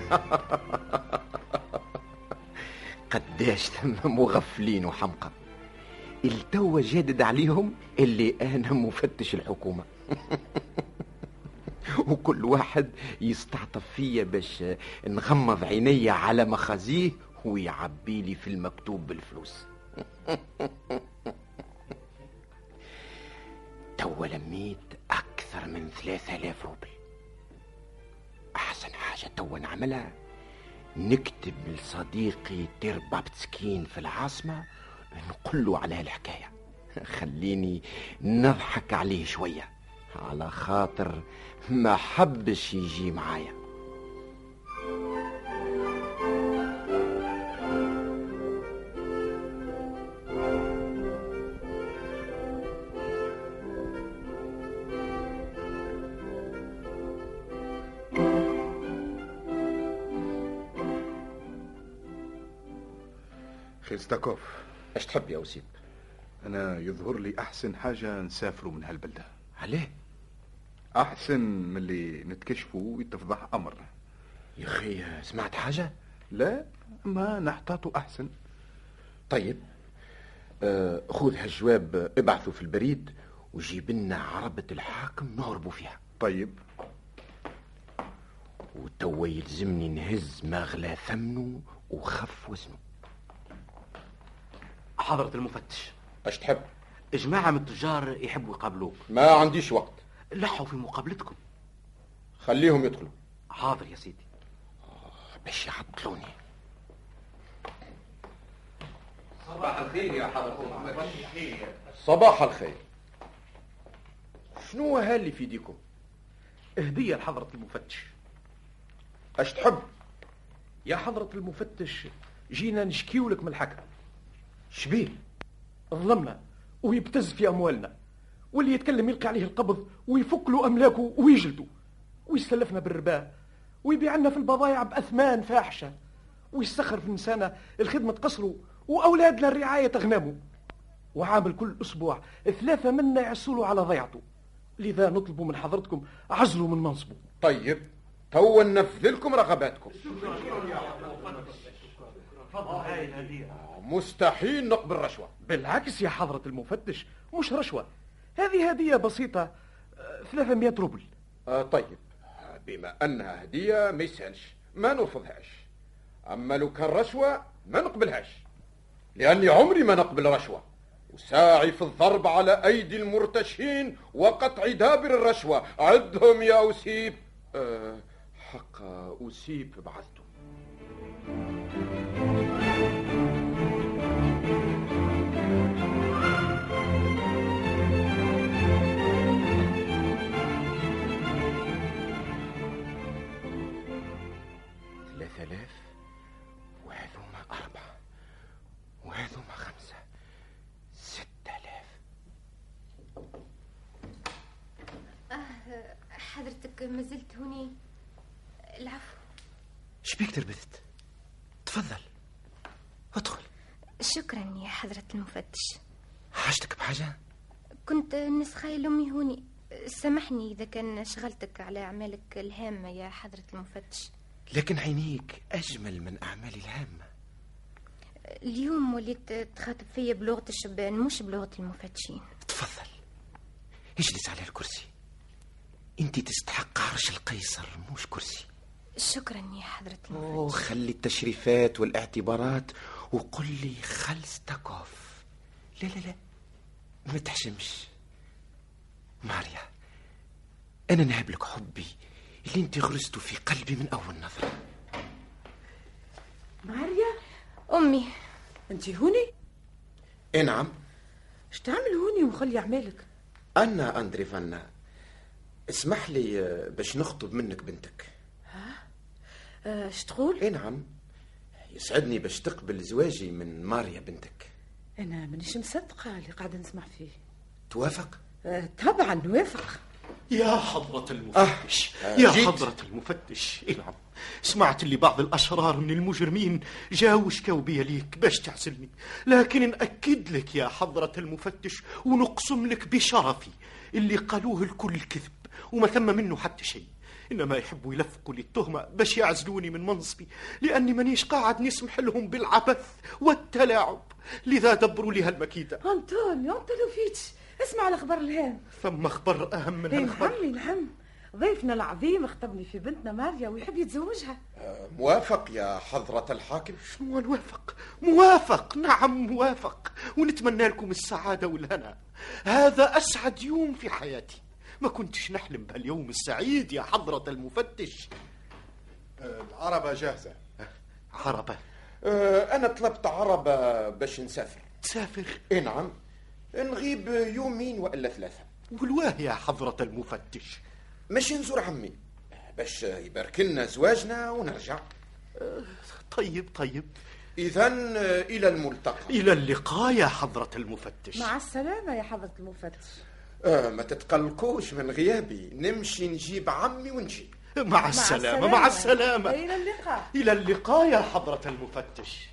C: قداش ثم مغفلين وحمقى التوا جادد عليهم اللي أنا مفتش الحكومة. وكل واحد يستعطف فيا باش نغمض عيني على مخازيه ويعبي لي في المكتوب بالفلوس. توا لميت أكثر من 3000 روبل. أحسن حاجة توا نعملها نكتب لصديقي تيربابتسكين في العاصمة نقول له على هالحكاية. خليني نضحك عليه شوية على خاطر ما حبش يجي معايا.
J: خيلستاكوف،
C: اش تحب يا وسيب؟
J: أنا يظهر لي أحسن حاجة نسافروا من هالبلدة.
C: عليه؟
J: أحسن من اللي نتكشفوا ويتفضح أمر.
C: يا أخي سمعت حاجة؟
J: لا، ما نحتاطوا أحسن.
C: طيب خذ هالجواب ابعثه في البريد وجيب لنا عربة الحاكم نهربوا فيها.
J: طيب.
C: وتوا يلزمني نهز ما غلا ثمنه وخف وزنه.
I: حضرة المفتش،
C: اش تحب؟
I: جماعة من التجار يحبوا يقابلوك.
C: ما عنديش وقت.
I: لحوا في مقابلتكم.
C: خليهم يدخلوا.
I: حاضر يا سيدي.
C: باش يعطلوني.
N: صباح الخير يا حضرة المفتش.
C: صباح الخير. شنو هاللي في يديكم؟
F: هدية لحضرة المفتش.
C: اش تحب؟
F: يا حضرة المفتش جينا نشكيولك من الحكم.
C: شبيه؟
F: ظلمنا ويبتز في أموالنا، واللي يتكلم يلقي عليه القبض ويفك له أملاكه ويجلده، ويستلفنا بالربا ويبيعنا في البضائع بأثمان فاحشة، ويستخر في نسانا الخدمة قصره وأولادنا الرعاية أغنامه، وعامل كل أسبوع 3 منا يعسولوا على ضيعته. لذا نطلب من حضرتكم عزله من منصبه.
C: طيب توا ننفذ لكم رغباتكم. مستحيل نقبل رشوة.
F: بالعكس يا حضرة المفتش، مش رشوة، هذه هدية بسيطة 300 روبل.
C: طيب بما أنها هدية ما يسهلش ما نرفضهاش، أما لو كان رشوة ما نقبلهاش، لأني عمري ما نقبل رشوة، وساعي في الضرب على أيدي المرتشين وقطع دابر الرشوة. عدهم يا أوسيب. حق أوسيب بعثته. وهذوما 4 وهذوما 5 6000.
O: حضرتك ما زلت هوني؟ العفو.
C: شبيك تربثت؟ تفضل ادخل.
O: شكرا يا حضرة المفتش.
C: حاجتك بحاجة؟
O: كنت نسخة لأمي هوني، سامحني إذا كان شغلتك على أعمالك الهامة يا حضرة المفتش.
C: لكن عينيك أجمل من أعمالي الهامة.
O: اليوم وليت تخاطب فيا بلغة الشبان مش بلغة المفتشين.
C: تفضل اجلس على الكرسي، انت تستحق عرش القيصر مش كرسي.
O: شكرا يا حضرة المفتش.
C: خلي التشريفات والاعتبارات وقل لي خيلستاكوف. لا لا لا ما تحشمش. ماريا، أنا نهب لك حبي اللي انت غرسته في قلبي من أول نظرة.
H: ماريا
O: أمي،
H: أنت هوني؟
C: إيه نعم.
H: اش تعمل هوني ومخلي أعمالك؟
C: أنا أندري فانا، اسمح لي باش نخطب منك بنتك.
H: اش تقول؟
C: إيه نعم، يسعدني باش تقبل زواجي من ماريا بنتك.
H: أنا مانيش مصدقة اللي قاعدة نسمع فيه.
C: توافق؟
H: طبعا نوافق.
B: يا حضرة المفتش يا حضرة المفتش. نعم، سمعت اللي بعض الأشرار من المجرمين جاوا شكاو بيا ليك باش تعزلني، لكن نأكد لك يا حضرة المفتش ونقسم لك بشرفي اللي قالوه الكل كذب وما ثم منه حتى شيء. إنما يحبوا يلفقوا لي التهمة باش يعزلوني من منصبي، لأني مانيش قاعد نسمح لهم بالعبث والتلاعب. لذا دبروا لي هالمكيدة.
P: أنطونوفيتش، اسمع الأخبار الهام.
B: ثم خبر أهم من هالخبر.
P: نعم، ضيفنا العظيم خطبني في بنتنا ماريا ويحب يتزوجها.
C: موافق يا حضرة الحاكم؟
B: شنو نوافق؟ موافق، نعم موافق، ونتمنى لكم السعادة والهنا. هذا أسعد يوم في حياتي، ما كنتش نحلم بهاليوم السعيد يا حضرة المفتش.
J: العربة جاهزة.
B: عربة؟
C: أنا طلبت عربة باش نسافر.
B: تسافر؟
C: إيه نعم، نغيب يومين وإلا 3.
B: والواه يا حضرة المفتش؟
C: ماشي نزور عمي باش يبارك لنا زواجنا ونرجع.
B: طيب.
C: إذن إلى الملتقى.
B: إلى اللقاء يا حضرة المفتش.
P: مع السلامة يا حضرة المفتش.
C: ما تتقلقوش من غيابي، نمشي نجيب عمي ونجي.
B: مع السلامة.
P: إلى اللقاء.
B: إلى اللقاء يا حضرة المفتش.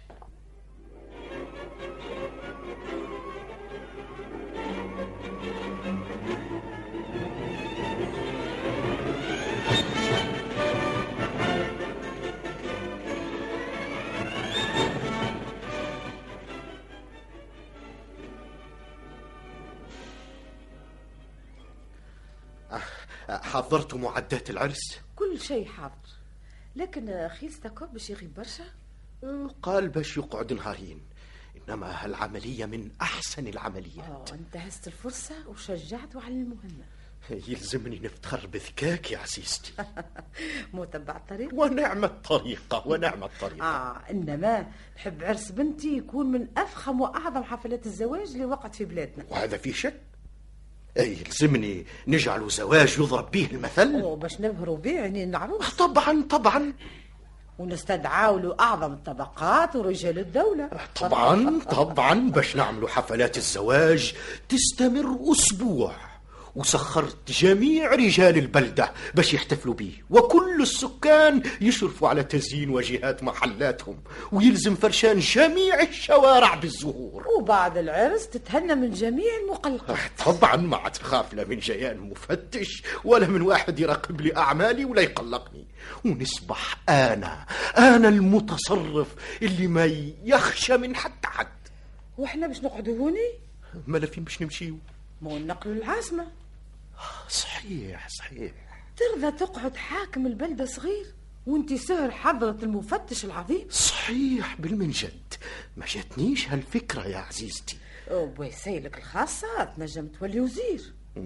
B: حضرت معدات العرس؟
P: كل شيء حاضر، لكن خيلستكوب باش يغيب برشا.
B: قال باش يقعد نهارين، إنما هالعملية من أحسن العمليات.
P: انتهزت الفرصة وشجعته على المهمة.
B: يلزمني نفتخر بذكاك يا عزيزتي.
P: متبع الطريق.
B: ونعم الطريقة.
P: إنما نحب عرس بنتي يكون من أفخم وأعظم حفلات الزواج اللي وقعت في بلادنا.
B: وهذا في شك؟ يلزمني نجعل زواج يضرب به المثل.
P: باش نبهروا به يعني العروس.
B: طبعا.
P: ونستدعوا له أعظم الطبقات ورجال الدولة.
B: طبعا باش نعملوا حفلات الزواج تستمر أسبوع، وسخرت جميع رجال البلدة باش يحتفلوا به، وكل السكان يشرفوا على تزيين واجهات محلاتهم، ويلزم فرشان جميع الشوارع بالزهور.
P: وبعد العرس تتهنى من جميع المقلقات.
B: طبعا ما عاد خاف لا من جيان مفتش ولا من واحد يراقب لي أعمالي ولا يقلقني، ونصبح أنا المتصرف اللي ما يخشى من حد.
P: وإحنا باش نقعدوا هوني؟
B: ما لفين باش نمشيو؟
P: مو نقلوا للعاصمة.
B: صحيح.
P: ترضى تقعد حاكم البلدة صغير وانتي سهر حضرة المفتش العظيم؟
B: صحيح بالمنجد، ما جاتنيش هالفكرة يا عزيزتي.
P: وسيلك الخاصة تنجم تولي وزير.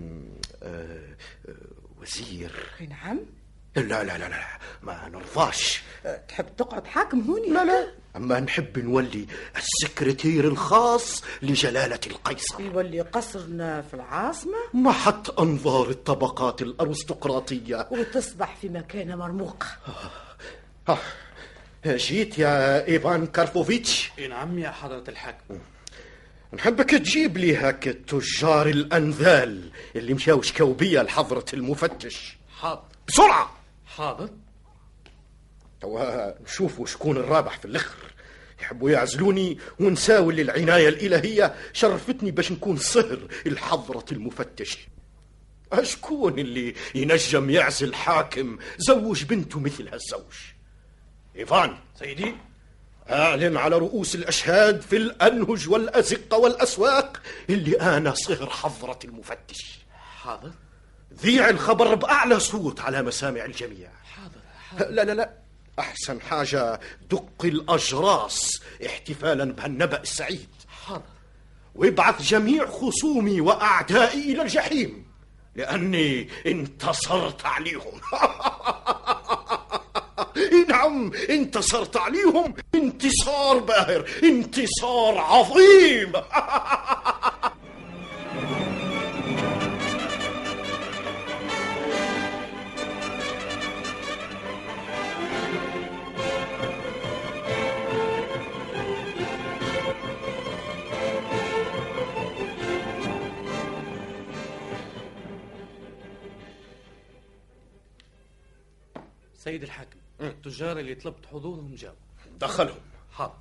B: وزير؟
P: نعم.
B: لا ما نرضاش.
P: تحب تقعد حاكم هوني؟
B: لا، أما نحب نولي السكرتير الخاص لجلالة القيصر.
P: يولي قصرنا في العاصمة
B: محط أنظار الطبقات الأرستقراطية،
P: وتصبح في مكانة مرموقة.
B: جيت يا إيفان كارفوفيتش؟
K: نعم يا حضرة الحاكم.
B: نحبك تجيب لي هاك تجار الأنذال اللي مشاو شكاو بيا لحضرة المفتش.
K: حاضر.
B: بسرعة.
K: حاضر.
B: توا نشوفوا شكون الرابح في الاخر. يحبوا يعزلوني ونساوي للعناية الإلهية شرفتني باش نكون صهر الحضرة المفتش. أشكون اللي ينجم يعزل حاكم زوج بنته مثل هالزوج؟ إيفان
K: سيدي،
B: أعلن على رؤوس الأشهاد في الأنهج والأزقة والأسواق اللي أنا صهر حضرة المفتش.
K: حاضر.
B: ذيع الخبر بأعلى صوت على مسامع الجميع.
K: حاضر.
B: لا أحسن حاجة دق الأجراس احتفالا بهالنبأ السعيد.
K: حاضر.
B: وابعث جميع خصومي وأعدائي إلى الجحيم لأني انتصرت عليهم. نعم انتصرت عليهم انتصار باهر، انتصار عظيم.
K: سيد الحاكم، التجار اللي طلبت حضورهم جاوا.
B: دخلهم.
K: حاضر.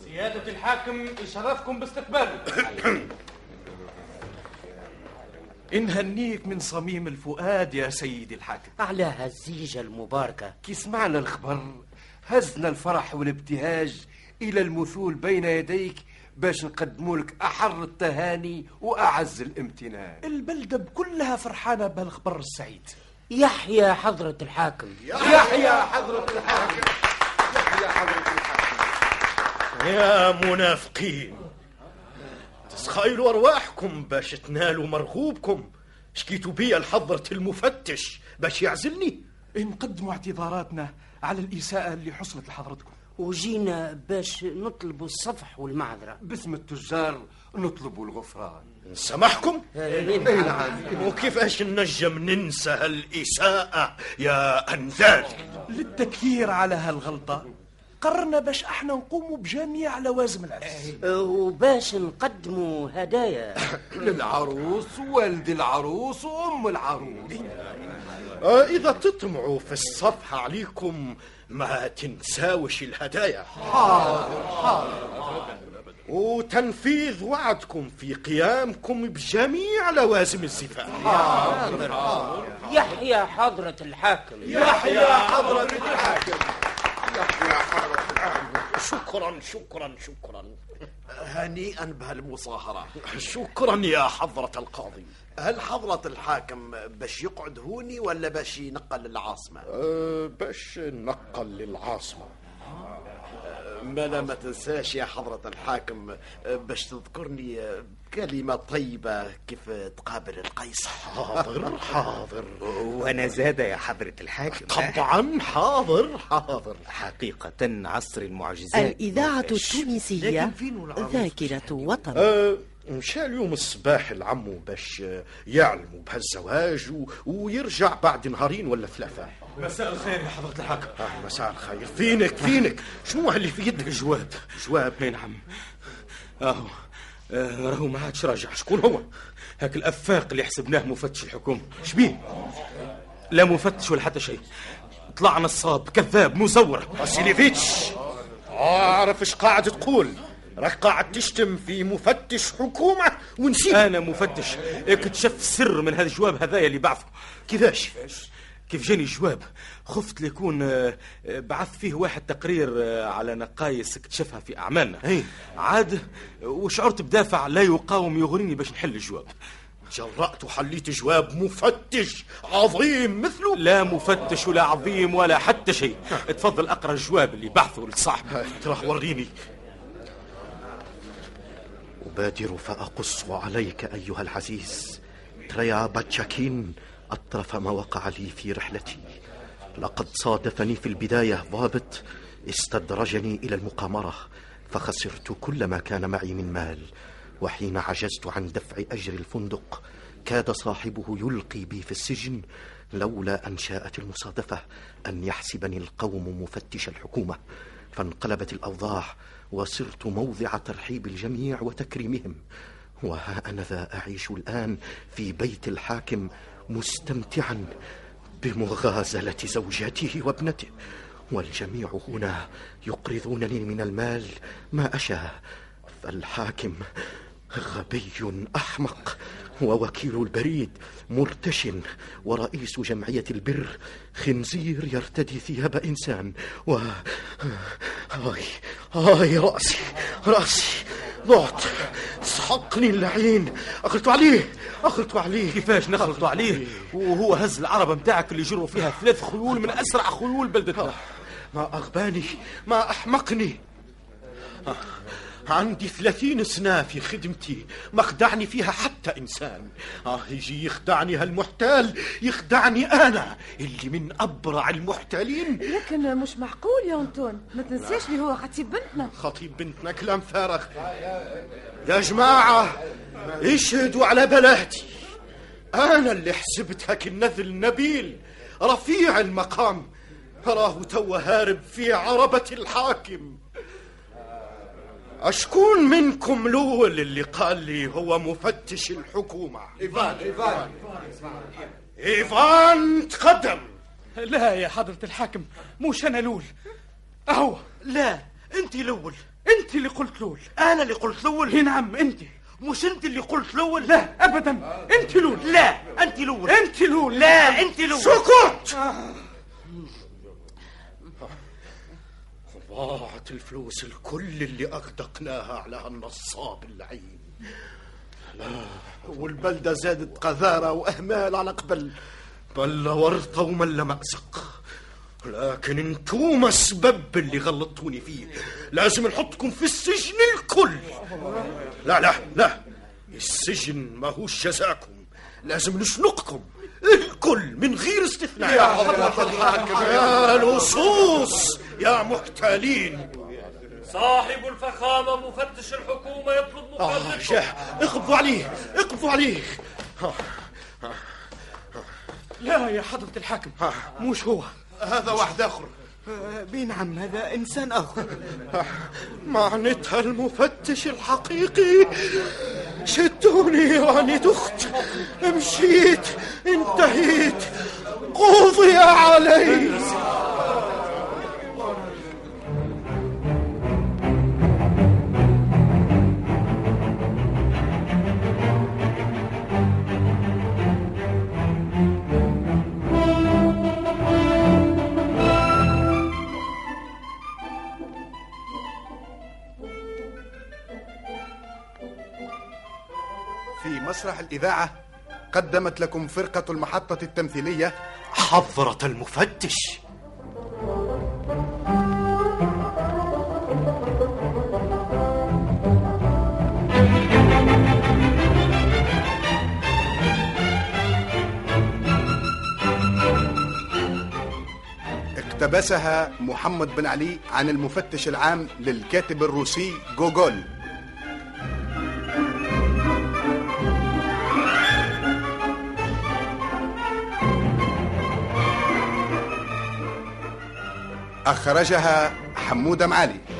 I: سيادة الحاكم يشرفكم باستقباله.
F: نهنيك من صميم الفؤاد يا سيدي الحاكم
D: على هالزيجة المباركة.
N: كي سمعنا الخبر هزنا الفرح والابتهاج إلى المثول بين يديك باش نقدموا لك أحر التهاني وأعز الامتنان.
F: البلدة بكلها فرحانة بهالخبر السعيد.
D: يحيى حضرة الحاكم.
N: يحيى حضرة الحاكم. يحيى حضرة الحاكم.
B: يا منافقين، تسخايلوا أرواحكم باش تنالوا مرغوبكم. شكيتوا بيا لحضرة المفتش باش يعزلني.
F: نقدموا اعتذاراتنا على الإساءة اللي حصلت لحضرتكم،
D: وجينا باش نطلبوا الصفح والمعذرة.
N: باسم التجار نطلبوا الغفران.
B: نسامحكم؟ وكيفاش نجم ننسى هالإساءة يا أنذال؟
F: للتكثير على هالغلطة قررنا باش احنا نقوموا بجميع لوازم العرس،
D: وباش نقدموا هدايا
N: للعروس ووالد العروس وأم العروس.
B: إذا تطمعوا في الصفحة عليكم ما تنساوش الهدايا.
N: حاضر.
B: وتنفيذ وعدكم في قيامكم بجميع لوازم الزفاف.
D: حاضر. يحيى حضرة الحاكم.
N: يحيى حضرة الحاكم.
B: شكرا شكرا شكرا.
M: هنيئا بهالمصاهرة.
B: شكرا يا حضرة القاضي.
M: هل حضرة الحاكم باش يقعد هوني ولا باش ينقل للعاصمة؟
B: باش نقل للعاصمة.
M: ما تنساش يا حضرة الحاكم باش تذكرني كلمة طيبة كيف تقابل القيس.
B: حاضر حاضر.
Q: وانا زاد يا حضرة الحاكم.
B: طبعا حاضر حاضر.
Q: حقيقة عصر المعجزات.
A: الإذاعة التونسية ذاكرة وطن.
B: مشى اليوم الصباح العمو باش يعلموا بهالزواج ويرجع بعد نهارين ولا ثلاثة.
I: مساء الخير يا حضرة الحاكم.
B: مساء الخير. فينك شنو اللي في يدك؟
I: جواب. نعم راهو ما عادش راجع. شكون هو؟ هاك الأفاق اللي حسبناه مفتش الحكومة. شبيه؟ لا مفتش ولا حتى شيء. طلع نصاب كذاب مزور.
B: واسيليفيتش عارف ايش قاعد تقول؟ راك قاعد تشتم في مفتش حكومة ونسيت.
I: أنا مفتش اكتشف سر من هذا الجواب هذايا اللي بعثه.
B: كيفاش؟
I: كيف جاني الجواب خفت ليكون بعث فيه واحد تقرير على نقايص اكتشفها في أعمالنا. عاد وشعرت بدافع لا يقاوم يغريني باش نحل الجواب.
B: جرأت وحليت جواب مفتش عظيم مثله.
I: لا مفتش ولا عظيم ولا حتى شيء. اتفضل اقرأ الجواب اللي بعثه لصاحبي.
B: تراه وريني. أبادر فأقص عليك أيها العزيز تريا باتشاكين أطرف ما وقع لي في رحلتي. لقد صادفني في البداية ضابط استدرجني إلى المقامرة فخسرت كل ما كان معي من مال، وحين عجزت عن دفع أجر الفندق كاد صاحبه يلقي بي في السجن لولا أن شاءت المصادفة أن يحسبني القوم مفتش الحكومة. فانقلبت الأوضاع وصرت موضع ترحيب الجميع وتكريمهم، وها أنا ذا أعيش الآن في بيت الحاكم مستمتعا بمغازلة زوجته وابنته، والجميع هنا يقرضونني من المال ما أشاء. فالحاكم غبي أحمق، ووكيل البريد مرتشن، ورئيس جمعية البر خنزير يرتدي ثياب إنسان. آي رأسي ضعت، سحقني اللعين. أخلط عليه.
I: كيفاش نخلط عليه وهو هز العربة متاعك اللي جروا فيها 3 خيول من أسرع خيول بلدتنا؟
B: ما أغباني، ما أحمقني. عندي 30 سنة في خدمتي ما خدعني فيها حتى إنسان. يجي يخدعني هالمحتال، يخدعني أنا اللي من أبرع المحتالين.
P: لكن مش معقول يا أنطون، ما تنساش اللي هو خطيب بنتنا.
B: كلام فارغ. يا جماعة اشهدوا على بلاهتي، أنا اللي حسبتها كالنذل نبيل رفيع المقام، راه توا هارب في عربة الحاكم. أشكون منكم الأول اللي قال لي هو مفتش الحكومة؟ إيفان تقدم.
K: لا يا حضرة الحاكم، مش أنا الأول. أهو.
B: لا أنت الأول.
K: أنت اللي قلت الأول.
B: أنا اللي قلت الأول؟
K: نعم أنت.
B: مش انت اللي قلت الاول؟
F: لا ابدا، انت الاول.
B: لا انت الاول.
F: انت الاول.
B: لا انت الاول.
F: سكت.
B: ضاعت الفلوس الكل اللي اغدقناها على هالنصاب اللعين. لا، والبلدة زادت قذارة واهمال على قبل، بل ورطة وملا مأزق. لكن انتوما السبب اللي غلطوني فيه، لازم نحطكم في السجن الكل. لا لا لا، السجن ما هوش جزاكم، لازم نشنقكم الكل من غير استثناء.
G: يا حضرة الحاكم،
B: يا لصوص، يا محتالين.
L: صاحب الفخامة مفتش الحكومة يطلب مقابلتكم.
B: اقبضوا عليه، اقبضوا عليه.
F: لا يا حضرة الحاكم، مش هو،
B: هذا واحد آخر.
Q: بنعم، هذا إنسان آخر.
B: معناتها المفتش الحقيقي. شدوني واني دخت، مشيت، انتهيت، قضي علي.
J: في مسرح الإذاعة قدمت لكم فرقة المحطة التمثيلية
B: حضرة المفتش.
J: اقتبسها محمد بن علي عن المفتش العام للكاتب الروسي جوجول. أخرجها حمودة معالي.